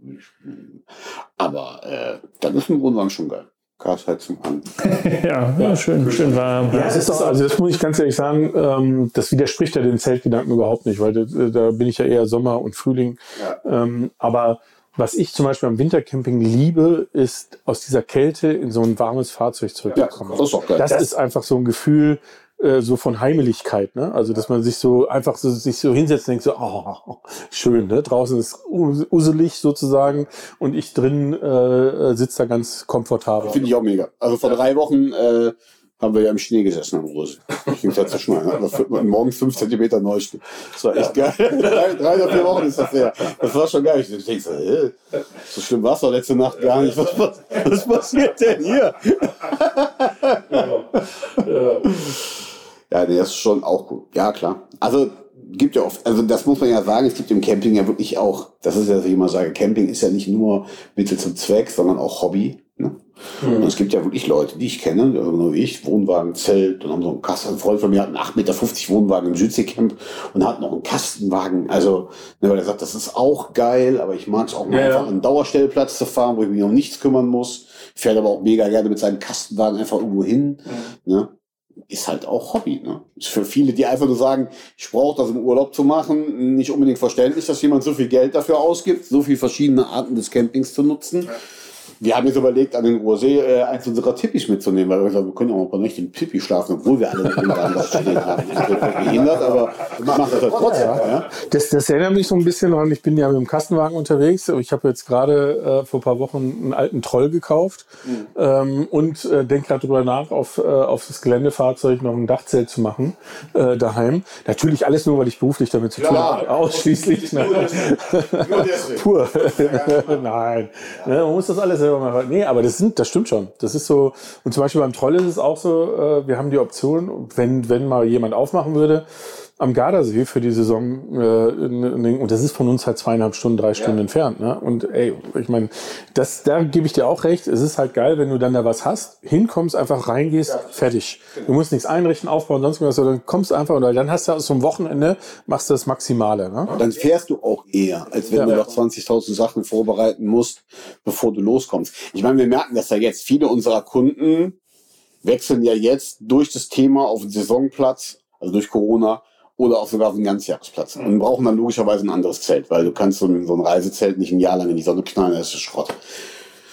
Aber dann ist ein Wohnwagen schon geil. Gasheizung an. Ja, schön warm. Ja, also das muss ich ganz ehrlich sagen, das widerspricht ja den Zeltgedanken überhaupt nicht, weil da bin ich ja eher Sommer und Frühling. Ja. Aber was ich zum Beispiel am Wintercamping liebe, ist aus dieser Kälte in so ein warmes Fahrzeug zurückzukommen. Ja, das ist auch geil. Das ist einfach so ein Gefühl, so von Heimeligkeit, ne? Also, dass man sich so einfach sich so hinsetzt und denkt so, oh, schön, ne? Draußen ist uselig sozusagen und ich drin sitze da ganz komfortabel. Finde ich auch mega. Also vor 3 Wochen haben wir ja im Schnee gesessen am Ruhrsee. Ich ging da zu schneiden. Also morgens 5 Zentimeter Neuschnee. Das war echt geil. 3 oder 4 Wochen ist das her. Das war schon geil. Ich denke so schlimm war es doch letzte Nacht gar nicht. Was passiert denn hier? Ja, das ist schon auch gut. Ja, klar. Also gibt ja oft, also das muss man ja sagen, es gibt im Camping ja wirklich auch, das ist ja, was ich immer sage, Camping ist ja nicht nur Mittel zum Zweck, sondern auch Hobby. Ne? Und es gibt ja wirklich Leute, die ich kenne, genau wie ich, Wohnwagen, Zelt, und haben so einen Kasten. Ein Freund von mir hat einen 8,50 Meter Wohnwagen im Südseecamp und hat noch einen Kastenwagen. Also, ne, weil er sagt, das ist auch geil, aber ich mag es auch mal einfach an einen Dauerstellplatz zu fahren, wo ich mich um nichts kümmern muss. Fährt aber auch mega gerne mit seinem Kastenwagen einfach irgendwo hin. Ne? Ist halt auch Hobby. Ne? Ist für viele, die einfach nur sagen, ich brauche das im Urlaub zu machen, nicht unbedingt verständlich, dass jemand so viel Geld dafür ausgibt, so viele verschiedene Arten des Campings zu nutzen. Ja. Wir haben jetzt überlegt, an den Ruhrsee eins unserer Tippis mitzunehmen, weil wir gesagt haben, wir können ja auch ein paar Nächte im Tippi schlafen, obwohl wir alle im Wagen stehen haben. Das wird behindert, aber wir machen das halt trotzdem. Ja. Das erinnert mich so ein bisschen daran, ich bin ja mit dem Kastenwagen unterwegs. Ich habe jetzt gerade vor ein paar Wochen einen alten Troll gekauft und denke gerade darüber nach, auf das Geländefahrzeug noch ein Dachzelt zu machen daheim. Natürlich alles nur, weil ich beruflich damit zu tun habe. Ausschließlich. Nur deswegen. Pur. Nein. Man muss das alles selber machen. Nee, aber das stimmt schon. Das ist so. Und zum Beispiel beim Troll ist es auch so, wir haben die Option, wenn mal jemand aufmachen würde, am Gardasee für die Saison, und das ist von uns halt 2,5 Stunden, 3 Stunden entfernt, ne? Und ey, ich meine, da gebe ich dir auch recht, es ist halt geil, wenn du dann da was hast, hinkommst, einfach reingehst, fertig. Du musst nichts einrichten, aufbauen, sonst was, sondern kommst einfach, und dann hast du aus so einem Wochenende, machst du das Maximale, ne? Dann fährst du auch eher, als wenn du noch 20.000 Sachen vorbereiten musst, bevor du loskommst. Ich meine, wir merken das ja jetzt, viele unserer Kunden wechseln ja jetzt durch das Thema auf den Saisonplatz, also durch Corona, oder auch sogar auf einen Ganzjahresplatz. Und brauchen dann logischerweise ein anderes Zelt, weil du kannst so ein Reisezelt nicht ein Jahr lang in die Sonne knallen, das ist Schrott.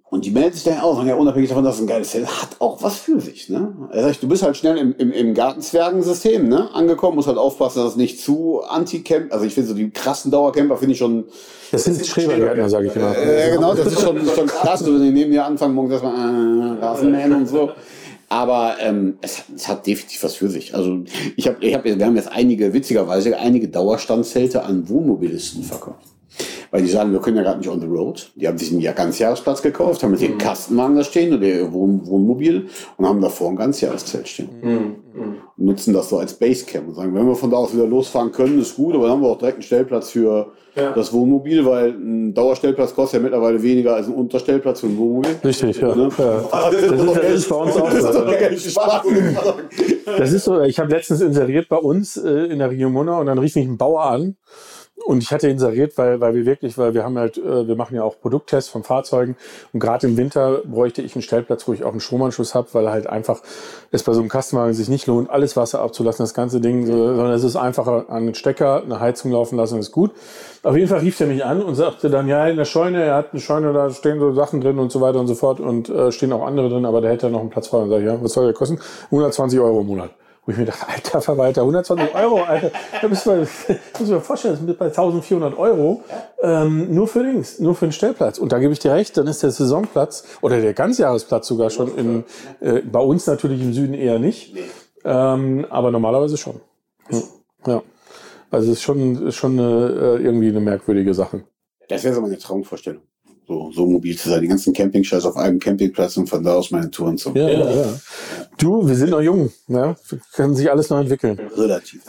Und die meldet sich dann auch, ja, unabhängig davon, dass es ein geiles Zelt hat, auch was für sich. Ne? Er sagt, du bist halt schnell im Gartenzwergensystem, ne, angekommen, musst halt aufpassen, dass es nicht zu anti-Camp, also ich finde so die krassen Dauercamper finde ich schon... Das sind Schrebergärtner, sage ich immer. Ja, genau, das ist schon krass, wenn die neben dir anfangen, morgens erstmal Rasenmähen und so. Aber es hat definitiv was für sich. Also wir haben jetzt witzigerweise einige Dauerstandzelte an Wohnmobilisten verkauft. Weil die sagen, wir können ja gerade nicht on the road. Die haben sich einen Ganzjahresplatz gekauft, haben mit dem Kastenwagen da stehen oder ihr Wohnmobil und haben davor ein Ganzjahreszelt stehen. Und nutzen das so als Basecamp und sagen, wenn wir von da aus wieder losfahren können, ist gut, aber dann haben wir auch direkt einen Stellplatz für das Wohnmobil, weil ein Dauerstellplatz kostet ja mittlerweile weniger als ein Unterstellplatz für ein Wohnmobil. Richtig, ja. Ne? Das ist bei uns auch so. Das ist so, ich habe letztens inseriert bei uns in der Region Monau und dann rief mich ein Bauer an. Und ich hatte inseriert, weil wir haben halt, wir machen ja auch Produkttests von Fahrzeugen und gerade im Winter bräuchte ich einen Stellplatz, wo ich auch einen Stromanschluss habe, weil halt einfach es bei so einem Kastenwagen sich nicht lohnt, alles Wasser abzulassen, das ganze Ding, sondern es ist einfacher an den Stecker, eine Heizung laufen lassen, ist gut. Auf jeden Fall rief der mich an und sagte dann, ja, in der Scheune, er hat eine Scheune, da stehen so Sachen drin und so weiter und so fort und stehen auch andere drin, aber da hätte er noch einen Platz frei. Und sag ich, ja, was soll der kosten? 120 € im Monat. Wo ich mir dachte, alter Verwalter, 120 €, Alter, da muss mir vorstellen, das ist bei 1.400 €, nur für den Stellplatz. Und da gebe ich dir recht, dann ist der Saisonplatz oder der Ganzjahresplatz sogar schon bei uns natürlich im Süden eher nicht, aber normalerweise schon. Ja. Also es ist schon irgendwie eine merkwürdige Sache. Das wäre so meine Traumvorstellung. So mobil zu sein, die ganzen Campingscheiß auf einem Campingplatz und von da aus meine Touren zu machen. Ja. Du, wir sind noch jung, ne? Können sich alles noch entwickeln. Relativ.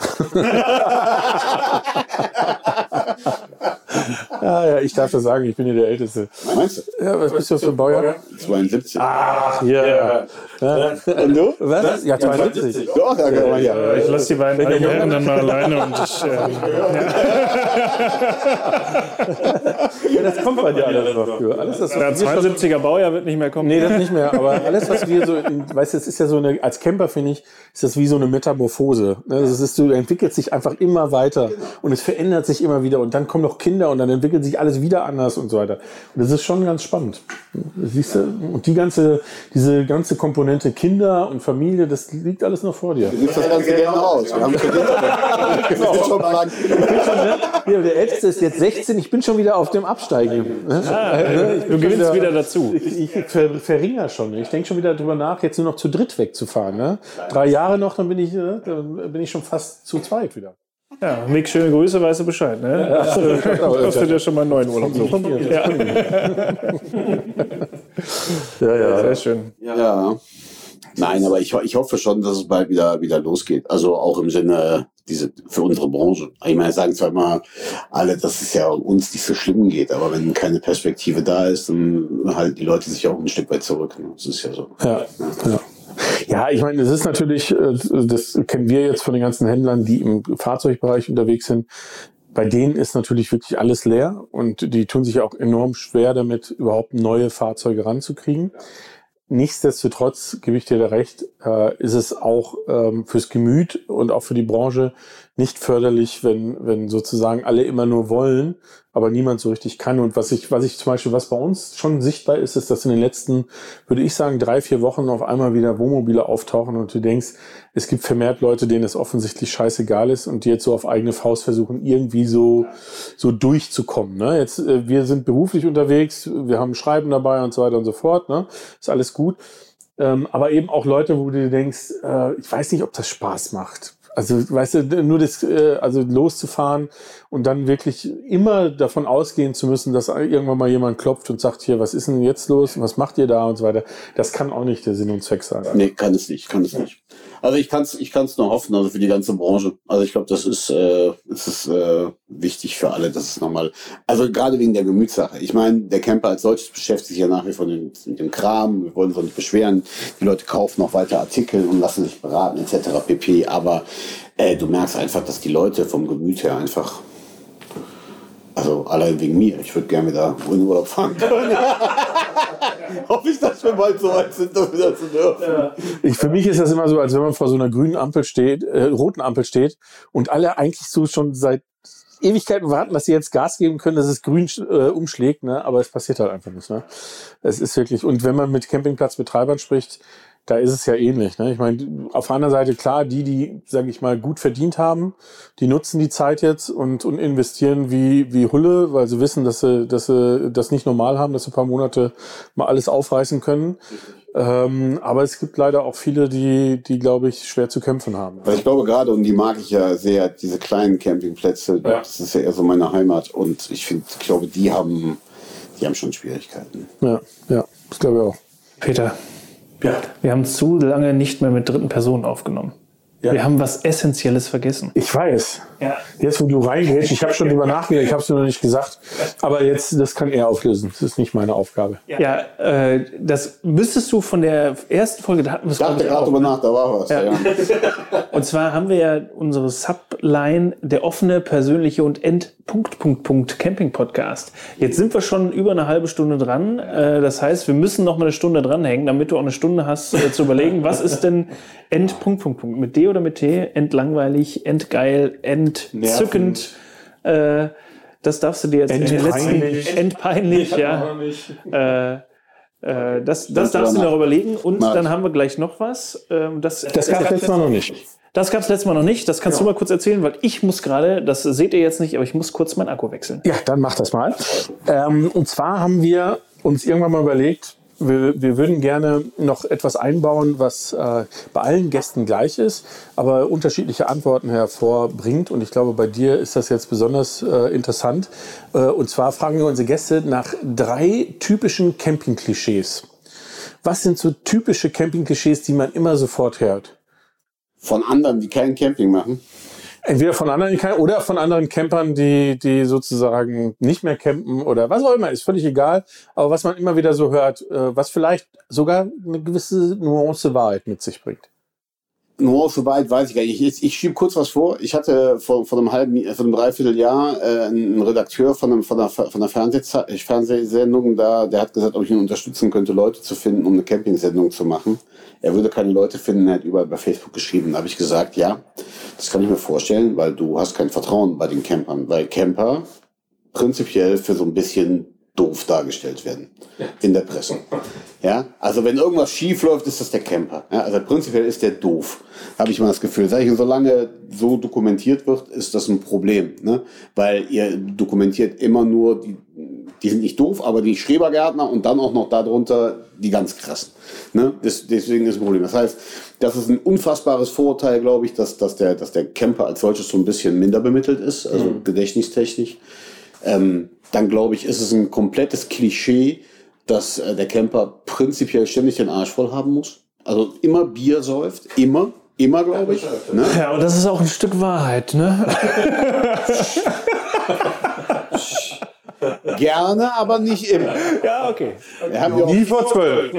Ja, ich darf das sagen, ich bin hier der Älteste. Meinst du? Ja, was bist du für ein Baujahr? 72. Ach, ja. Und du? Was? Ja, 72. Doch, da kann man ja. Ich lasse die beiden alten Herren dann mal alleine und ich... Ja, das kommt bei dir alles noch für. Alles, das Der 72er Baujahr wird nicht mehr kommen. Nee, das nicht mehr. Aber alles, was wir so, weißt du, es ist ja so eine, als Camper finde ich, ist das wie so eine Metamorphose. Das ist, du entwickelst dich einfach immer weiter und es verändert sich immer wieder und dann kommen noch Kinder und dann entwickelt sich alles wieder anders und so weiter. Und das ist schon ganz spannend. Siehst du? Und diese ganze Komponente Kinder und Familie, das liegt alles noch vor dir. Wie sieht das Ganze gerne aus? Wir haben genau. Schon lang. Der Älteste ist jetzt 16, ich bin schon wieder auf dem Absteigen. Du gewinnst wieder dazu. Ich verringere schon. Ich denke schon wieder drüber nach, jetzt nur noch zu dritt wegzufahren. Ne? 3 Jahre noch, dann bin ich schon fast zu zweit wieder. Ja, Mick, schöne Grüße, weißt du Bescheid. Ne? Hast du dir schon mal einen neuen Urlaub suchen? Ja, sehr schön. Ja. Nein, aber ich hoffe schon, dass es bald wieder losgeht. Also auch im Sinne für unsere Branche. Ich meine, sagen zwar immer alle, dass es ja uns nicht so schlimm geht, aber wenn keine Perspektive da ist, dann halten die Leute sich auch ein Stück weit zurück. Das ist ja so. Ja. Ja, ich meine, es ist natürlich, das kennen wir jetzt von den ganzen Händlern, die im Fahrzeugbereich unterwegs sind. Bei denen ist natürlich wirklich alles leer und die tun sich auch enorm schwer damit, überhaupt neue Fahrzeuge ranzukriegen. Nichtsdestotrotz, gebe ich dir da recht, ist es auch fürs Gemüt und auch für die Branche nicht förderlich, wenn sozusagen alle immer nur wollen, aber niemand so richtig kann. Und was bei uns schon sichtbar ist, ist, dass in den letzten, würde ich sagen, 3-4 Wochen auf einmal wieder Wohnmobile auftauchen und du denkst, es gibt vermehrt Leute, denen es offensichtlich scheißegal ist und die jetzt so auf eigene Faust versuchen, irgendwie so durchzukommen. Ne? Jetzt, wir sind beruflich unterwegs, wir haben Schreiben dabei und so weiter und so fort. Ne? Ist alles gut. Aber eben auch Leute, wo du dir denkst, ich weiß nicht, ob das Spaß macht. Also, weißt du, nur also loszufahren und dann wirklich immer davon ausgehen zu müssen, dass irgendwann mal jemand klopft und sagt, hier, was ist denn jetzt los? Was macht ihr da? Und so weiter. Das kann auch nicht der Sinn und Zweck sein. Nee, kann es nicht. Also ich kann's nur hoffen, also für die ganze Branche. Also ich glaube, das ist wichtig für alle, dass es nochmal, also gerade wegen der Gemütssache. Ich meine, der Camper als solches beschäftigt sich ja nach wie vor mit dem Kram. Wir wollen uns auch nicht beschweren. Die Leute kaufen noch weiter Artikel und lassen sich beraten etc. pp. Aber du merkst einfach, dass die Leute vom Gemüt her einfach, also allein wegen mir, ich würde gerne wieder in Urlaub fahren können. Hoffe ich, dass wir bald so weit sind, das wieder zu dürfen. Für mich ist das immer so, als wenn man vor so einer grünen Ampel steht, roten Ampel steht und alle eigentlich so schon seit Ewigkeiten warten, dass sie jetzt Gas geben können, dass es grün umschlägt, ne? Aber es passiert halt einfach nicht. Ne? Es ist wirklich, und wenn man mit Campingplatzbetreibern spricht, da ist es ja ähnlich. Ne? Ich meine, auf der anderen Seite, klar, die, sage ich mal, gut verdient haben, die nutzen die Zeit jetzt und investieren wie Hulle, weil sie wissen, dass sie das nicht normal haben, dass sie ein paar Monate mal alles aufreißen können. Aber es gibt leider auch viele, die glaube ich, schwer zu kämpfen haben. Weil ich glaube gerade, und die mag ich ja sehr, diese kleinen Campingplätze, das ist ja eher so meine Heimat. Und ich glaube, die haben schon Schwierigkeiten. Ja, das glaube ich auch. Peter, wir haben zu lange nicht mehr mit dritten Personen aufgenommen. Ja. Wir haben was Essentielles vergessen. Ich weiß. Ja. Jetzt, wo du reingehst, ich habe schon drüber nachgedacht, ich habe es dir noch nicht gesagt. Aber jetzt, das kann er auflösen. Das ist nicht meine Aufgabe. Ja, das müsstest du von der ersten Folge, da hatten wir es gerade drüber nach, da war was. Ja. Und zwar haben wir ja unsere Subline, der offene, persönliche und Camping-Podcast. Jetzt sind wir schon über eine halbe Stunde dran. Das heißt, wir müssen noch mal eine Stunde dranhängen, damit du auch eine Stunde hast zu überlegen, was ist denn Mit D oder mit T? Entlangweilig, entgeil, entzückend. Das darfst du dir jetzt entpeinlich, ja. Das darfst du noch überlegen. Und dann haben wir gleich noch was. Das gab es letztes Mal noch nicht. Das gab es letztes Mal noch nicht. Das kannst du mal kurz erzählen, weil ich muss gerade, das seht ihr jetzt nicht, aber ich muss kurz meinen Akku wechseln. Ja, dann mach das mal. Und zwar haben wir uns irgendwann mal überlegt, wir würden gerne noch etwas einbauen, was bei allen Gästen gleich ist, aber unterschiedliche Antworten hervorbringt. Und ich glaube, bei dir ist das jetzt besonders interessant. Und zwar fragen wir unsere Gäste nach 3 typischen Camping-Klischees. Was sind so typische Camping-Klischees, die man immer sofort hört? Von anderen, die kein Camping machen? Entweder von anderen oder von anderen Campern, die sozusagen nicht mehr campen oder was auch immer, ist völlig egal. Aber was man immer wieder so hört, was vielleicht sogar eine gewisse Nuance Wahrheit mit sich bringt. Nuance Wahrheit weiß ich gar nicht. Ich schiebe kurz was vor. Ich hatte vor einem Dreivierteljahr einen Redakteur von einer Fernsehsendung da, der hat gesagt, ob ich ihn unterstützen könnte, Leute zu finden, um eine Campingsendung zu machen. Er würde keine Leute finden, er hat überall bei Facebook geschrieben. Da habe ich gesagt, ja, das kann ich mir vorstellen, weil du hast kein Vertrauen bei den Campern, weil Camper prinzipiell für so ein bisschen doof dargestellt werden in der Presse. Ja, also wenn irgendwas schief läuft, ist das der Camper. Ja, also prinzipiell ist der doof, habe ich mal das Gefühl. Solange so dokumentiert wird, ist das ein Problem, ne? Weil ihr dokumentiert immer nur die sind nicht doof, aber die Schrebergärtner und dann auch noch darunter die ganz krassen. Ne? Deswegen ist ein Problem. Das heißt, das ist ein unfassbares Vorurteil, glaube ich, dass der Camper als solches so ein bisschen minder bemittelt ist, also gedächtnistechnisch. Dann glaube ich, ist es ein komplettes Klischee, dass der Camper prinzipiell ständig den Arsch voll haben muss. Also immer Bier säuft, immer glaube ich. Ne? Ja, und das ist auch ein Stück Wahrheit, ne? Gerne, aber nicht immer. Ja, okay. Wir haben ja Nie vor 12.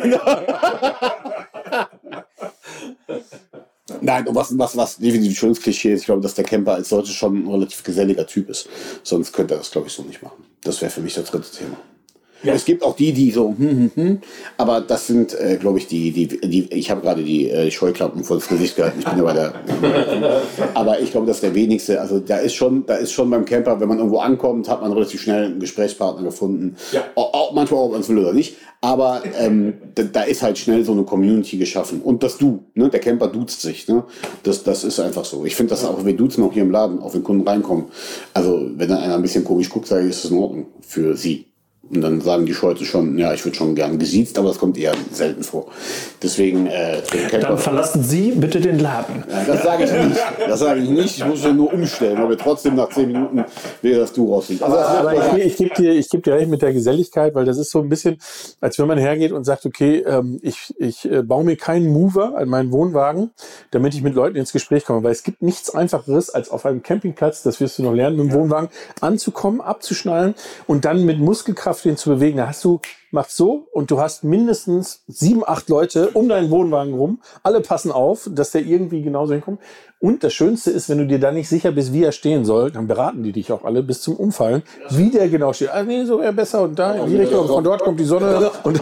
Nein, und was definitiv ein schönes Klischee ist, ich glaube, dass der Camper als solches schon ein relativ geselliger Typ ist. Sonst könnte er das, glaube ich, so nicht machen. Das wäre für mich das dritte Thema. Ja. Es gibt auch die so, aber das sind, glaube ich, ich habe gerade die Scheuklappen vor das Gesicht gehalten. Ich bin ja bei der, aber ich glaube, das ist der wenigste. Also da ist schon beim Camper, wenn man irgendwo ankommt, hat man relativ schnell einen Gesprächspartner gefunden. Ja. Auch manchmal, ob man es will oder nicht. Aber da ist halt schnell so eine Community geschaffen. Und das ne? Der Camper duzt sich, ne? Das ist einfach so. Ich finde das auch, wir duzen auch hier im Laden, auch wenn Kunden reinkommen. Also wenn dann einer ein bisschen komisch guckt, sage ich, ist das in Ordnung für sie. Und dann sagen die Scheute schon, ja, ich würde schon gern gesiezt, aber das kommt eher selten vor. Deswegen... dann verlassen Sie bitte den Laden. Ja, das sage ich nicht. Ich muss ja nur umstellen, aber trotzdem nach 10 Minuten wäre das Du rausziehen. Aber ich geb dir recht mit der Geselligkeit, weil das ist so ein bisschen, als wenn man hergeht und sagt, okay, ich baue mir keinen Mover an meinen Wohnwagen, damit ich mit Leuten ins Gespräch komme. Weil es gibt nichts Einfacheres, als auf einem Campingplatz, das wirst du noch lernen, mit dem Wohnwagen anzukommen, abzuschnallen und dann mit Muskelkraft den zu bewegen. Da hast du macht so und du hast mindestens 7, 8 Leute um deinen Wohnwagen rum. Alle passen auf, dass der irgendwie genauso hinkommt. Und das Schönste ist, wenn du dir da nicht sicher bist, wie er stehen soll, dann beraten die dich auch alle bis zum Umfallen, wie der genau steht. Ah, nee, so wäre besser und da in die Richtung. Von dort kommt die Sonne. Und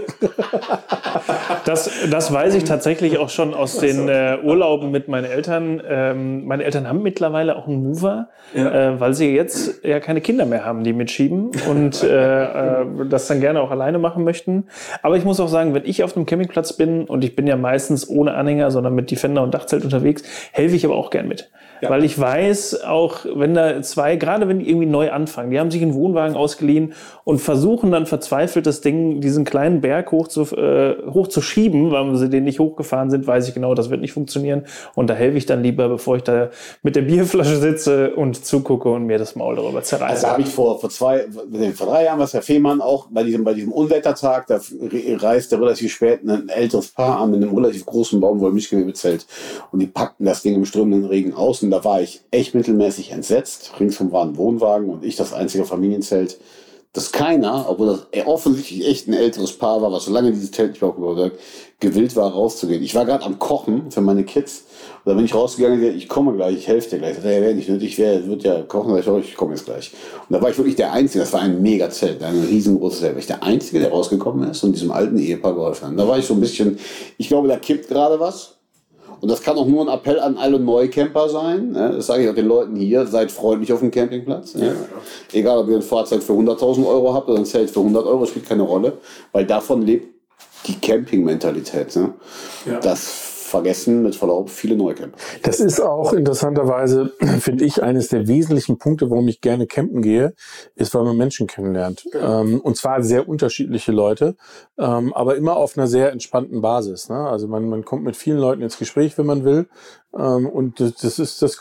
das weiß ich tatsächlich auch schon aus den Urlauben mit meinen Eltern. Meine Eltern haben mittlerweile auch einen Mover, weil sie jetzt ja keine Kinder mehr haben, die mitschieben und das dann gerne auch alleine machen möchten. Aber ich muss auch sagen, wenn ich auf einem Campingplatz bin und ich bin ja meistens ohne Anhänger, sondern mit Defender und Dachzelt unterwegs, helfe ich aber auch gern mit. Ja. Weil ich weiß, auch wenn da zwei, gerade wenn die irgendwie neu anfangen, die haben sich einen Wohnwagen ausgeliehen und versuchen dann verzweifelt das Ding, diesen kleinen Berg hoch zu schieben, weil sie den nicht hochgefahren sind, weiß ich genau, das wird nicht funktionieren. Und da helfe ich dann lieber, bevor ich da mit der Bierflasche sitze und zugucke und mir das Maul darüber zerreiße. Also habe ich vor 3 Jahren, was Herr Fehmarn auch bei diesem Unwettertag, da reiste relativ spät ein älteres Paar an mit einem relativ großen Baumwoll-Mischgewebezelt und die packten das Ding im strömenden Regen aus. Und da war ich echt mittelmäßig entsetzt. Ringsum war ein Wohnwagen und ich das einzige Familienzelt, dass keiner, obwohl das offensichtlich echt ein älteres Paar war, was so lange dieses Zelt nicht mehr aufgebaut hat, gewillt war, rauszugehen. Ich war gerade am Kochen für meine Kids. Und da bin ich rausgegangen und gesagt, ich komme gleich, ich helfe dir gleich. Ich dachte, wäre nicht nötig, wird ja kochen. Ich komme jetzt gleich. Und da war ich wirklich der Einzige, das war ein Mega-Zelt, ein riesengroßes Zelt. War ich der Einzige, der rausgekommen ist und diesem alten Ehepaar geholfen hat. Da war ich so ein bisschen, ich glaube, da kippt gerade was. Und das kann auch nur ein Appell an alle Neucamper sein. Das sage ich auch den Leuten hier. Seid freundlich auf dem Campingplatz. Ja. Egal, ob ihr ein Fahrzeug für 100.000 Euro habt oder ein Zelt für 100 Euro, spielt keine Rolle. Weil davon lebt die Camping-Mentalität. Ne? Ja. Das vergessen mit Verlaub viele Neucamper. Das ist auch interessanterweise, finde ich, eines der wesentlichen Punkte, warum ich gerne campen gehe, ist, weil man Menschen kennenlernt. Ja. Und zwar sehr unterschiedliche Leute, aber immer auf einer sehr entspannten Basis. Ne? Also man kommt mit vielen Leuten ins Gespräch, wenn man will. Und das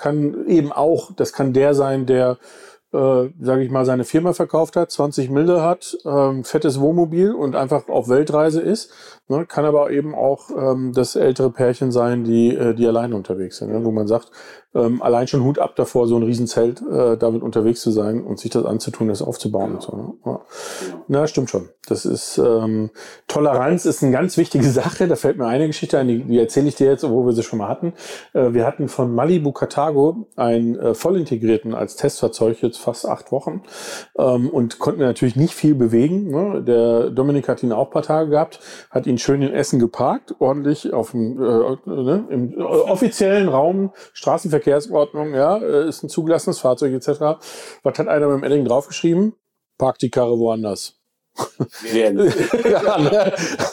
kann der sein, der sage ich mal, seine Firma verkauft hat, 20 Mille hat, fettes Wohnmobil und einfach auf Weltreise ist. Ne? Kann aber eben auch das ältere Pärchen sein, die alleine unterwegs sind. Ne? Wo man sagt, allein schon Hut ab davor, so ein Riesenzelt damit unterwegs zu sein und sich das anzutun, das aufzubauen. Und so, ne? Ja. Na, stimmt schon. Das ist Toleranz ist eine ganz wichtige Sache. Da fällt mir eine Geschichte ein, die erzähle ich dir jetzt, obwohl wir sie schon mal hatten. Wir hatten von Malibu Cartago einen voll integrierten als Testfahrzeug jetzt fast 8 Wochen und konnten natürlich nicht viel bewegen. Ne? Der Dominik hat ihn auch ein paar Tage gehabt, hat ihn schön in Essen geparkt, ordentlich auf dem im offiziellen Raum, Straßenverkehrsordnung, ja, ist ein zugelassenes Fahrzeug etc. Was hat einer mit dem Edding draufgeschrieben? Park die Karre woanders. Ja, ne?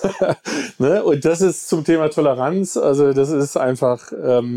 Ne? Und das ist zum Thema Toleranz, also das ist einfach,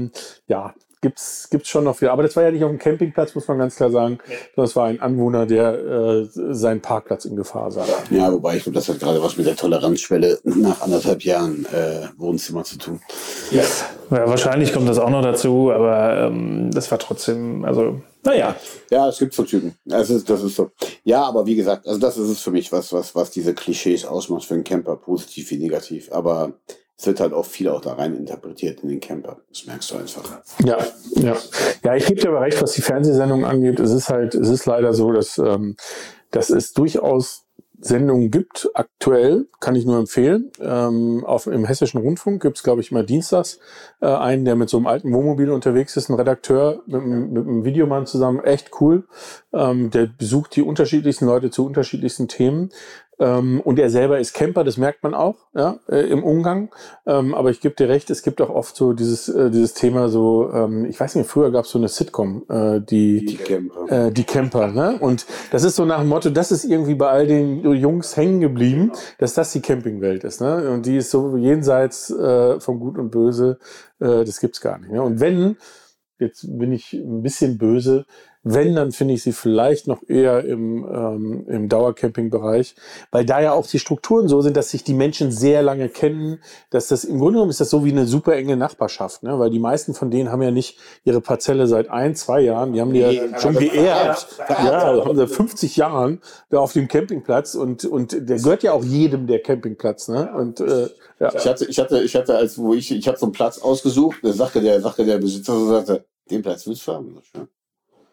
gibt's schon noch viel. Aber das war ja nicht auf dem Campingplatz, muss man ganz klar sagen. Das war ein Anwohner, der seinen Parkplatz in Gefahr sah. Ja, wobei ich glaube, das hat gerade was mit der Toleranzschwelle nach 1,5 Jahren Wohnzimmer zu tun. Ja, wahrscheinlich kommt das auch noch dazu, aber das war trotzdem, also naja. Ja, es gibt so Typen. Das ist so. Ja, aber wie gesagt, also das ist es für mich, was diese Klischees ausmacht für einen Camper, positiv wie negativ. Aber es wird halt auch viel auch da rein interpretiert in den Camper. Das merkst du einfach. Ja, ich gebe dir aber recht, was die Fernsehsendung angeht. Es ist leider so, dass es durchaus Sendungen gibt. Aktuell kann ich nur empfehlen. Im Hessischen Rundfunk gibt es, glaube ich, immer dienstags einen, der mit so einem alten Wohnmobil unterwegs ist, ein Redakteur mit einem Videomann zusammen. Echt cool. Der besucht die unterschiedlichsten Leute zu unterschiedlichsten Themen. Und er selber ist Camper, das merkt man auch, ja, im Umgang. Aber ich gebe dir recht, es gibt auch oft so dieses Thema so, ich weiß nicht, früher gab es so eine Sitcom, die Camper, ne? Und das ist so nach dem Motto, das ist irgendwie bei all den Jungs hängen geblieben, dass das die Campingwelt ist, ne? Und die ist so jenseits von Gut und Böse, das gibt's gar nicht, ne? Und wenn, jetzt bin ich ein bisschen böse, dann finde ich sie vielleicht noch eher im Dauercamping-Bereich, weil da ja auch die Strukturen so sind, dass sich die Menschen sehr lange kennen, dass das im Grunde genommen ist das so wie eine super enge Nachbarschaft, ne? Weil die meisten von denen haben ja nicht ihre Parzelle seit 1-2 Jahren, die haben die ja schon geerbt, seit 50 Jahren da auf dem Campingplatz und der gehört ja auch jedem der Campingplatz, ne? Und ja. Ich hatte ich habe so einen Platz ausgesucht, da sagte der Besitzer so, den Platz willst du haben?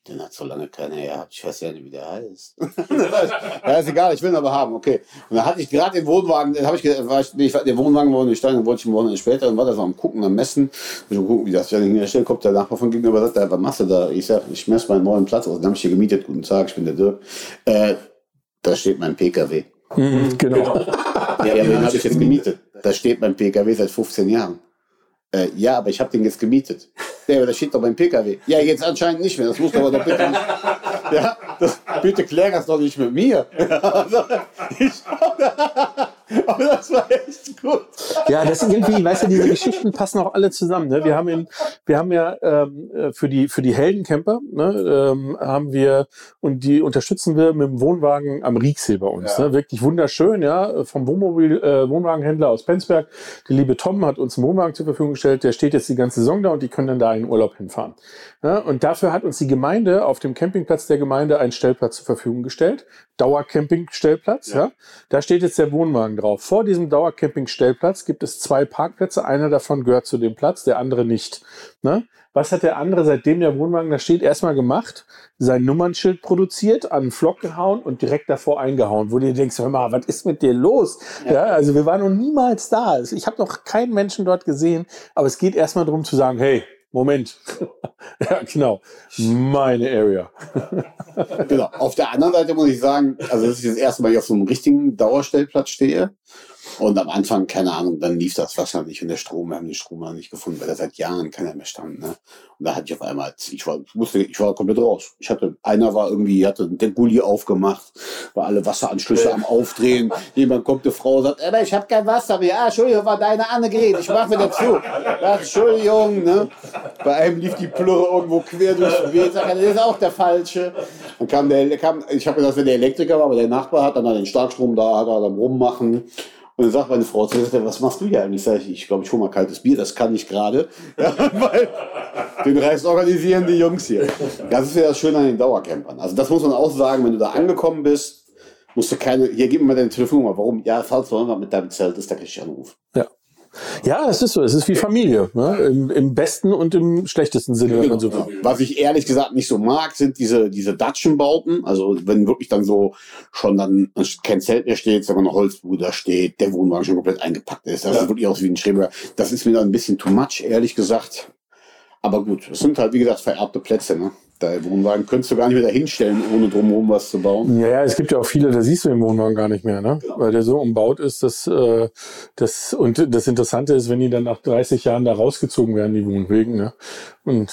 Den hat so lange keiner gehabt. Ich weiß ja nicht, wie der heißt. Ja, ist egal, ich will ihn aber haben, okay. Und dann hatte ich gerade den Wohnwagen, den Wohnwagen war nicht steigen, dann wollte ich einen Wochenende später, dann war das am Gucken, am Messen. Ich gucken, wie das, wenn ich in der Stelle kommt, der Nachbar von gegenüber sagt, was machst du da? Ich sag, ich messe meinen neuen Platz aus, den habe ich hier gemietet. Guten Tag, ich bin der Dirk. Da steht mein PKW. Genau. Ja, den habe ich jetzt gemietet. Da steht mein PKW seit 15 Jahren. Ja, aber ich habe den jetzt gemietet. Ja, aber da steht doch beim PKW. Ja, jetzt anscheinend nicht mehr. Das muss aber doch bitte nicht. Ja, bitte klär das doch nicht mit mir. Aber das war echt gut. Ja, das sind irgendwie, weißt du, diese Geschichten passen auch alle zusammen. Ne? Wir haben ja für die Heldencamper, ne, haben wir, und die unterstützen wir mit dem Wohnwagen am Rieksee bei uns. Ja. Ne? Wirklich wunderschön, ja. Vom Wohnwagenhändler aus Penzberg. Der liebe Tom hat uns einen Wohnwagen zur Verfügung gestellt. Der steht jetzt die ganze Saison da und die können dann da in Urlaub hinfahren. Ja? Und dafür hat uns die Gemeinde auf dem Campingplatz der Gemeinde einen Stellplatz zur Verfügung gestellt. Dauercamping-Stellplatz, ja. Da steht jetzt der Wohnwagen drauf. Vor diesem Dauercamping-Stellplatz gibt es 2 Parkplätze. Einer davon gehört zu dem Platz, der andere nicht. Ne? Was hat der andere, seitdem der Wohnwagen da steht, erstmal gemacht? Sein Nummernschild produziert, an den Flock gehauen und direkt davor eingehauen, wo du dir denkst, hör mal, was ist mit dir los? Ja, also wir waren noch niemals da. Ich habe noch keinen Menschen dort gesehen, aber es geht erstmal darum zu sagen, hey, Moment. Ja, genau. Meine Area. Genau. Auf der anderen Seite muss ich sagen, also das ist das erste Mal, ich auf so einem richtigen Dauerstellplatz stehe. Und am Anfang, keine Ahnung, dann lief das Wasser nicht und der Strom, wir haben den Strom noch nicht gefunden, weil da seit Jahren keiner mehr stand. Ne? Und da hatte ich auf einmal, ich war komplett raus. Einer hatte den Gully aufgemacht, war alle Wasseranschlüsse am Aufdrehen. Jemand kommt, eine Frau, sagt, aber ich habe kein Wasser mehr. Ja, Entschuldigung, war deine Annegret, ich mach wieder zu. Ja, Entschuldigung, ne? Bei einem lief die Plürre irgendwo quer durch den Weg. Das ist auch der Falsche. Dann ich habe gedacht, wenn der Elektriker war, aber der Nachbar hat dann den Starkstrom da, hat er dann rummachen. Und dann sagt meine Frau zu mir, was machst du hier eigentlich? Sag ich glaube, ich hole mal kaltes Bier, das kann ich gerade. Ja, weil den Rest organisieren die Jungs hier. Das ist ja das Schöne an den Dauercampern. Also das muss man auch sagen, wenn du da angekommen bist, musst du hier, gib mir mal deine Telefonnummer. Warum? Ja, falls du mit deinem Zelt ist, da krieg ich anrufen. Ja. Ja, es ist so. Es ist wie Familie. Ne? Im besten und im schlechtesten Sinne. Wenn man so will. Was ich ehrlich gesagt nicht so mag, sind diese Datschenbauten. Also wenn wirklich dann so schon dann kein Zelt mehr steht, sondern eine Holzbude da steht, der Wohnwagen schon komplett eingepackt ist. Das sieht wirklich aus wie ein Schreber. Das ist mir dann ein bisschen too much, ehrlich gesagt. Aber gut, es sind halt, wie gesagt, vererbte Plätze. Ne? Der Wohnwagen könntest du gar nicht mehr dahin stellen, ohne drumherum was zu bauen. Ja, es gibt ja auch viele, da siehst du den Wohnwagen gar nicht mehr, ne? Genau. Weil der so umbaut ist, und das Interessante ist, wenn die dann nach 30 Jahren da rausgezogen werden, die Wohnwegen, ne? Haben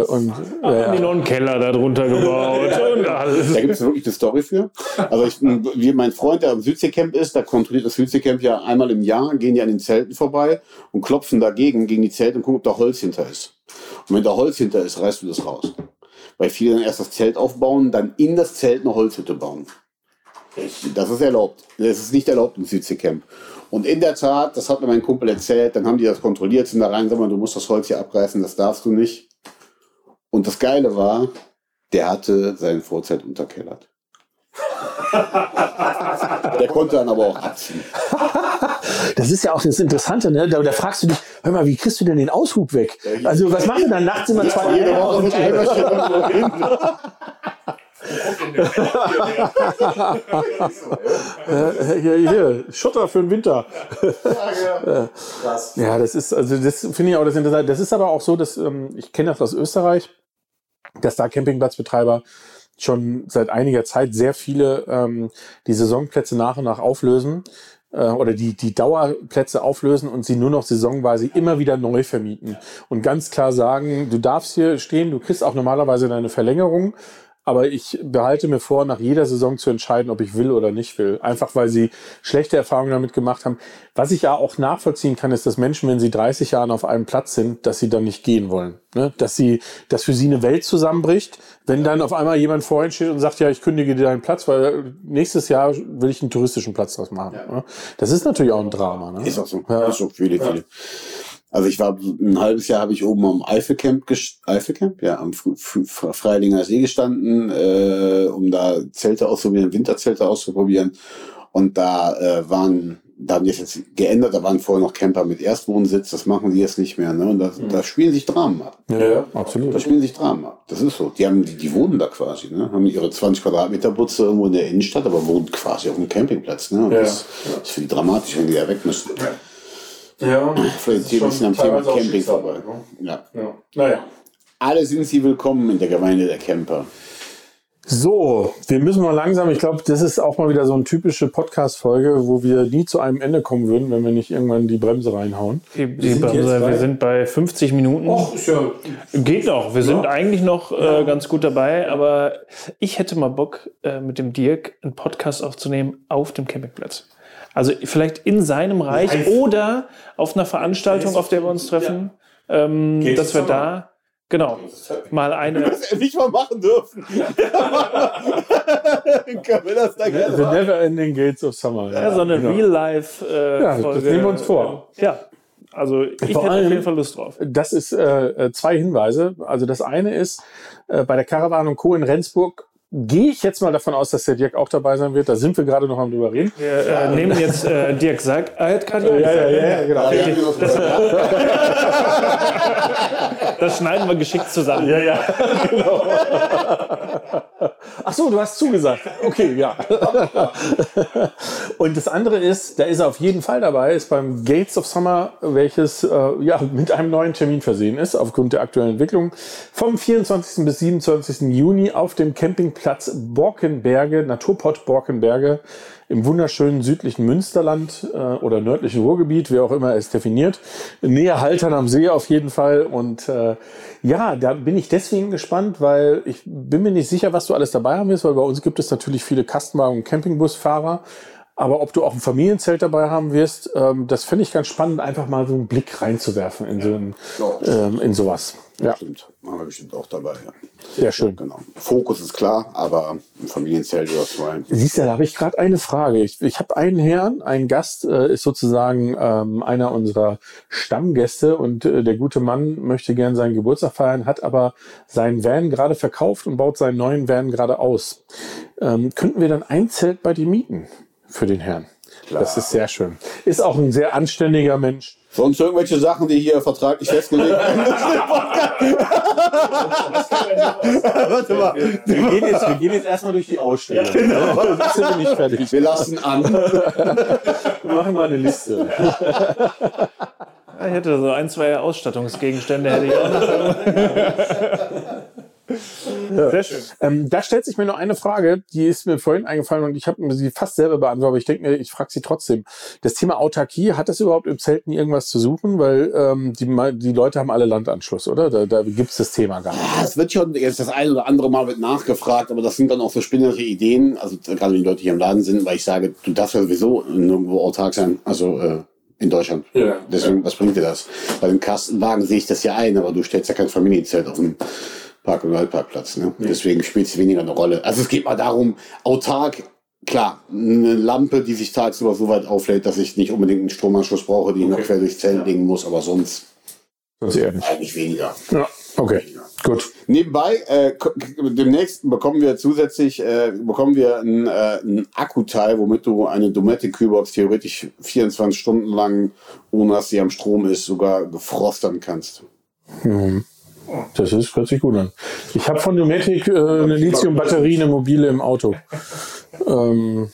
die noch einen Keller da drunter gebaut. Da gibt es wirklich eine Story für. Also wie mein Freund, der am Südseecamp ist, da kontrolliert das Südseecamp ja einmal im Jahr, gehen die an den Zelten vorbei und klopfen dagegen gegen die Zelte und gucken, ob da Holz hinter ist. Und wenn da Holz hinter ist, reißt du das raus. Weil viele dann erst das Zelt aufbauen, dann in das Zelt eine Holzhütte bauen. Das ist erlaubt. Das ist nicht erlaubt im Südseecamp. Und in der Tat, das hat mir mein Kumpel erzählt, dann haben die das kontrolliert, sind da rein, sagen wir, du musst das Holz hier abreißen, das darfst du nicht. Und das Geile war, der hatte sein Vorzelt unterkellert. Der konnte dann aber auch abziehen. Das ist ja auch das Interessante, ne? Da fragst du dich, hör mal, wie kriegst du denn den Aushub weg? Also was machen wir dann nachts immer 2 jede Woche mit hier, Schotter für den Winter. Ja, das finde ich auch das Interessante. Das ist aber auch so, dass ich kenne das aus Österreich, dass da Campingplatzbetreiber schon seit einiger Zeit sehr viele die Saisonplätze nach und nach auflösen oder die Dauerplätze auflösen und sie nur noch saisonweise immer wieder neu vermieten. Und ganz klar sagen, du darfst hier stehen, du kriegst auch normalerweise deine Verlängerung, aber ich behalte mir vor, nach jeder Saison zu entscheiden, ob ich will oder nicht will. Einfach, weil sie schlechte Erfahrungen damit gemacht haben. Was ich ja auch nachvollziehen kann, ist, dass Menschen, wenn sie 30 Jahre auf einem Platz sind, dass sie dann nicht gehen wollen. Ne? Dass für sie eine Welt zusammenbricht, wenn dann auf einmal jemand vorhin steht und sagt, ja, ich kündige dir deinen Platz, weil nächstes Jahr will ich einen touristischen Platz draus machen. Ja. Ne? Das ist natürlich auch ein Drama. Ne? Ist auch so. Ja. Ist so viele. Also ich war ein halbes Jahr, habe ich oben am Eifelcamp, ja, am Freilinger See gestanden, um da Zelte auszuprobieren, Winterzelte auszuprobieren. Und da waren da haben die es jetzt geändert, da waren vorher noch Camper mit Erstwohnsitz, das machen die jetzt nicht mehr. Ne? Und da spielen sich Dramen ab. Ja, absolut. Da spielen sich Dramen ab. Das ist so. Die wohnen da quasi, ne? Haben ihre 20 Quadratmeter Butze irgendwo in der Innenstadt, aber wohnen quasi auf einem Campingplatz. Ne? Und das ist für die dramatisch, wenn die da weg müssen. Ja, vielleicht ein bisschen am Thema Camping vorbei. Ja. Naja. Alle sind sie willkommen in der Gemeinde der Camper. So, wir müssen mal langsam, ich glaube, das ist auch mal wieder so eine typische Podcast-Folge, wo wir nie zu einem Ende kommen würden, wenn wir nicht irgendwann die Bremse reinhauen. Wir sind bei 50 Minuten. Och, ist ja... Geht noch, wir sind eigentlich noch ganz gut dabei, aber ich hätte mal Bock, mit dem Dirk einen Podcast aufzunehmen auf dem Campingplatz. Also vielleicht in seinem Reich oder auf einer Veranstaltung, auf der wir uns treffen, dass wir da... Genau, mal eine... Das nicht mal machen dürfen. Können wir das da gerne The Never Ending Gates of Summer. Ja, so eine Real-Life-Folge. Das nehmen wir uns vor. Ja, also ich hätte auf jeden Fall Lust drauf. Das ist 2 Hinweise. Also das eine ist, bei der Caravan & Co. in Rendsburg gehe ich jetzt mal davon aus, dass der Dirk auch dabei sein wird. Da sind wir gerade noch am drüber reden. Wir nehmen jetzt, Dirk sagt, ja, genau. Das schneiden wir geschickt zusammen. Ja, genau. Ach so, du hast zugesagt. Okay, ja. Und das andere ist, da ist er auf jeden Fall dabei, ist beim Gates of Summer, welches mit einem neuen Termin versehen ist, aufgrund der aktuellen Entwicklung. Vom 24. bis 27. Juni auf dem Campingplatz Borkenberge, Naturpott Borkenberge, im wunderschönen südlichen Münsterland oder nördlichen Ruhrgebiet, wie auch immer es definiert. Nähe Haltern am See auf jeden Fall. Und da bin ich deswegen gespannt, weil ich bin mir nicht sicher, was du alles dabei haben wirst, weil bei uns gibt es natürlich viele Kastenwagen- und Campingbusfahrer. Aber ob du auch ein Familienzelt dabei haben wirst, das finde ich ganz spannend, einfach mal so einen Blick reinzuwerfen in sowas. Ja, stimmt. Machen wir bestimmt auch dabei. Ja. Sehr schön. Genau. Fokus ist klar, aber ein Familienzelt oder 2. Siehst du, da habe ich gerade eine Frage. Ich habe einen Herrn, ein Gast, ist sozusagen einer unserer Stammgäste und der gute Mann möchte gern seinen Geburtstag feiern, hat aber seinen Van gerade verkauft und baut seinen neuen Van gerade aus. Könnten wir dann ein Zelt bei dir mieten für den Herrn? Klar. Das ist sehr schön. Ist auch ein sehr anständiger Mensch. Sonst irgendwelche Sachen, die hier vertraglich festgelegt werden? Warte mal. Wir gehen jetzt erstmal durch die Ausstellung. Genau. Dann sind wir nicht fertig. Wir lassen an. Wir machen mal eine Liste. Ich hätte so 1, 2 Ausstattungsgegenstände hätte ich auch noch. Ja. Sehr schön. Da stellt sich mir noch eine Frage, die ist mir vorhin eingefallen und ich habe mir sie fast selber beantwortet, aber ich denke mir, ich frage sie trotzdem. Das Thema Autarkie, hat das überhaupt im Zelten irgendwas zu suchen? Weil die Leute haben alle Landanschluss, oder? Da gibt es das Thema gar nicht. Ja, es wird schon jetzt das ein oder andere Mal wird nachgefragt, aber das sind dann auch so spinnerte Ideen, also gerade wenn die Leute hier im Laden sind, weil ich sage, du darfst ja sowieso nirgendwo autark sein, also in Deutschland. Ja. Deswegen, was bringt dir das? Bei dem Kastenwagen sehe ich das ja ein, aber du stellst ja kein Familienzelt auf dem Park- und Waldparkplatz. Ne? Ja. Deswegen spielt es weniger eine Rolle. Also es geht mal darum, autark, klar, eine Lampe, die sich tagsüber so weit auflädt, dass ich nicht unbedingt einen Stromanschluss brauche, die ich noch quer durchs Zelt legen muss, aber sonst eigentlich weniger. Ja, okay, gut. Nebenbei, demnächst bekommen wir zusätzlich ein Akkuteil, womit du eine Dometic Kühlbox theoretisch 24 Stunden lang, ohne dass sie am Strom ist, sogar gefrostern kannst. Mhm. Das hört sich gut an. Ich habe von Dometic eine Lithium-Batterie, eine mobile im Auto. Beim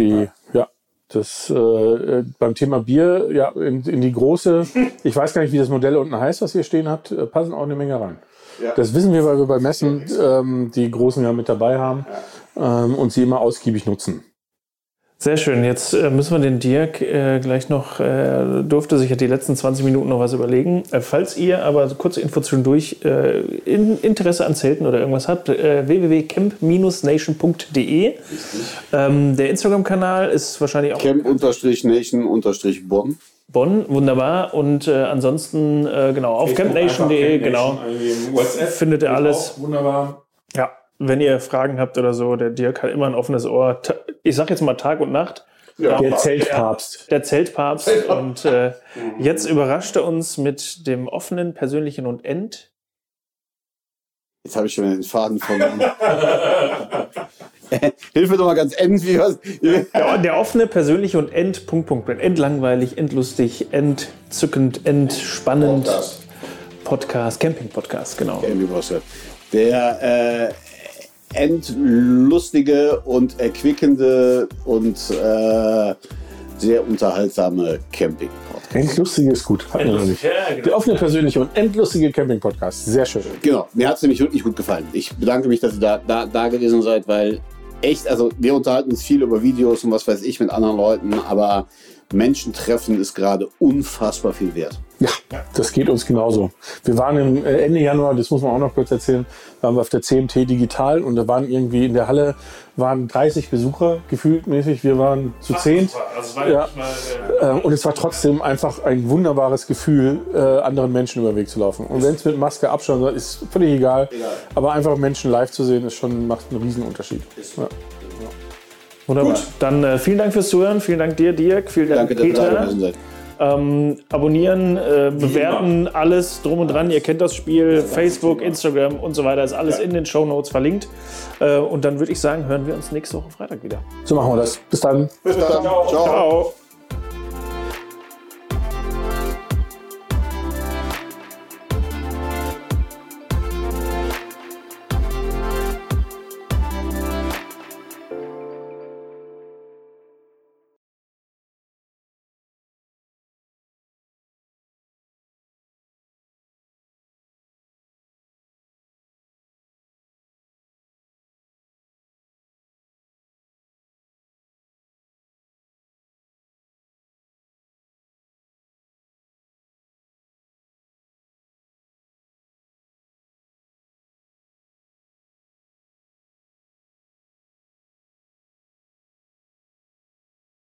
Thema Bier, ja, in die große, ich weiß gar nicht, wie das Modell unten heißt, was ihr stehen habt, passen auch eine Menge rein. Ja. Das wissen wir, weil wir bei Messen die Großen ja mit dabei haben und sie immer ausgiebig nutzen. Sehr schön. Jetzt müssen wir den Dirk gleich noch, durfte sich ja die letzten 20 Minuten noch was überlegen. Falls ihr aber kurze Info zwischendurch Interesse an Zelten oder irgendwas habt, www.camp-nation.de. Der Instagram-Kanal ist wahrscheinlich auch Camp-Nation-Bonn. Bonn, wunderbar. Und ansonsten auf campnation.de findet ihr alles. Wunderbar. Ja. Wenn ihr Fragen habt oder so, der Dirk hat immer ein offenes Ohr. Ich sag jetzt mal Tag und Nacht. Ja, der Zeltpapst. Der Zeltpapst. Und jetzt überrascht er uns mit dem offenen, persönlichen und Jetzt habe ich schon den Faden verloren. Hilfe doch mal ganz wie was. Der offene, persönliche und endlangweilig, endlustig, entzückend, entspannend Podcast, Camping-Podcast, genau. Der endlustige und erquickende und sehr unterhaltsame Camping-Podcast. Endlustige ist gut. Hatten wir noch nicht. Ja, genau. Der offene, persönliche und endlustige Camping-Podcast. Sehr schön. Genau, mir hat es nämlich wirklich gut gefallen. Ich bedanke mich, dass ihr da gewesen seid, weil echt, also wir unterhalten uns viel über Videos und was weiß ich mit anderen Leuten, aber Menschen treffen ist gerade unfassbar viel wert. Ja, das geht uns genauso. Wir waren im Ende Januar, das muss man auch noch kurz erzählen, waren wir auf der CMT Digital und da waren irgendwie in der Halle 30 Besucher, gefühltmäßig. Wir waren zu 10. Und es war trotzdem einfach ein wunderbares Gefühl, anderen Menschen über den Weg zu laufen. Und wenn es mit Maske Abstand ist, völlig egal. Aber einfach Menschen live zu sehen, macht einen riesen Unterschied. Ja. Wunderbar. Gut. Dann vielen Dank fürs Zuhören. Vielen Dank dir, Dirk. Vielen Dank, Peter. Abonnieren, bewerten, alles drum und dran. Ihr kennt das Spiel, Facebook, Instagram und so weiter. Ist alles in den Shownotes verlinkt. Und dann würde ich sagen, hören wir uns nächste Woche Freitag wieder. So machen wir das. Bis dann. Bis dann. Ciao.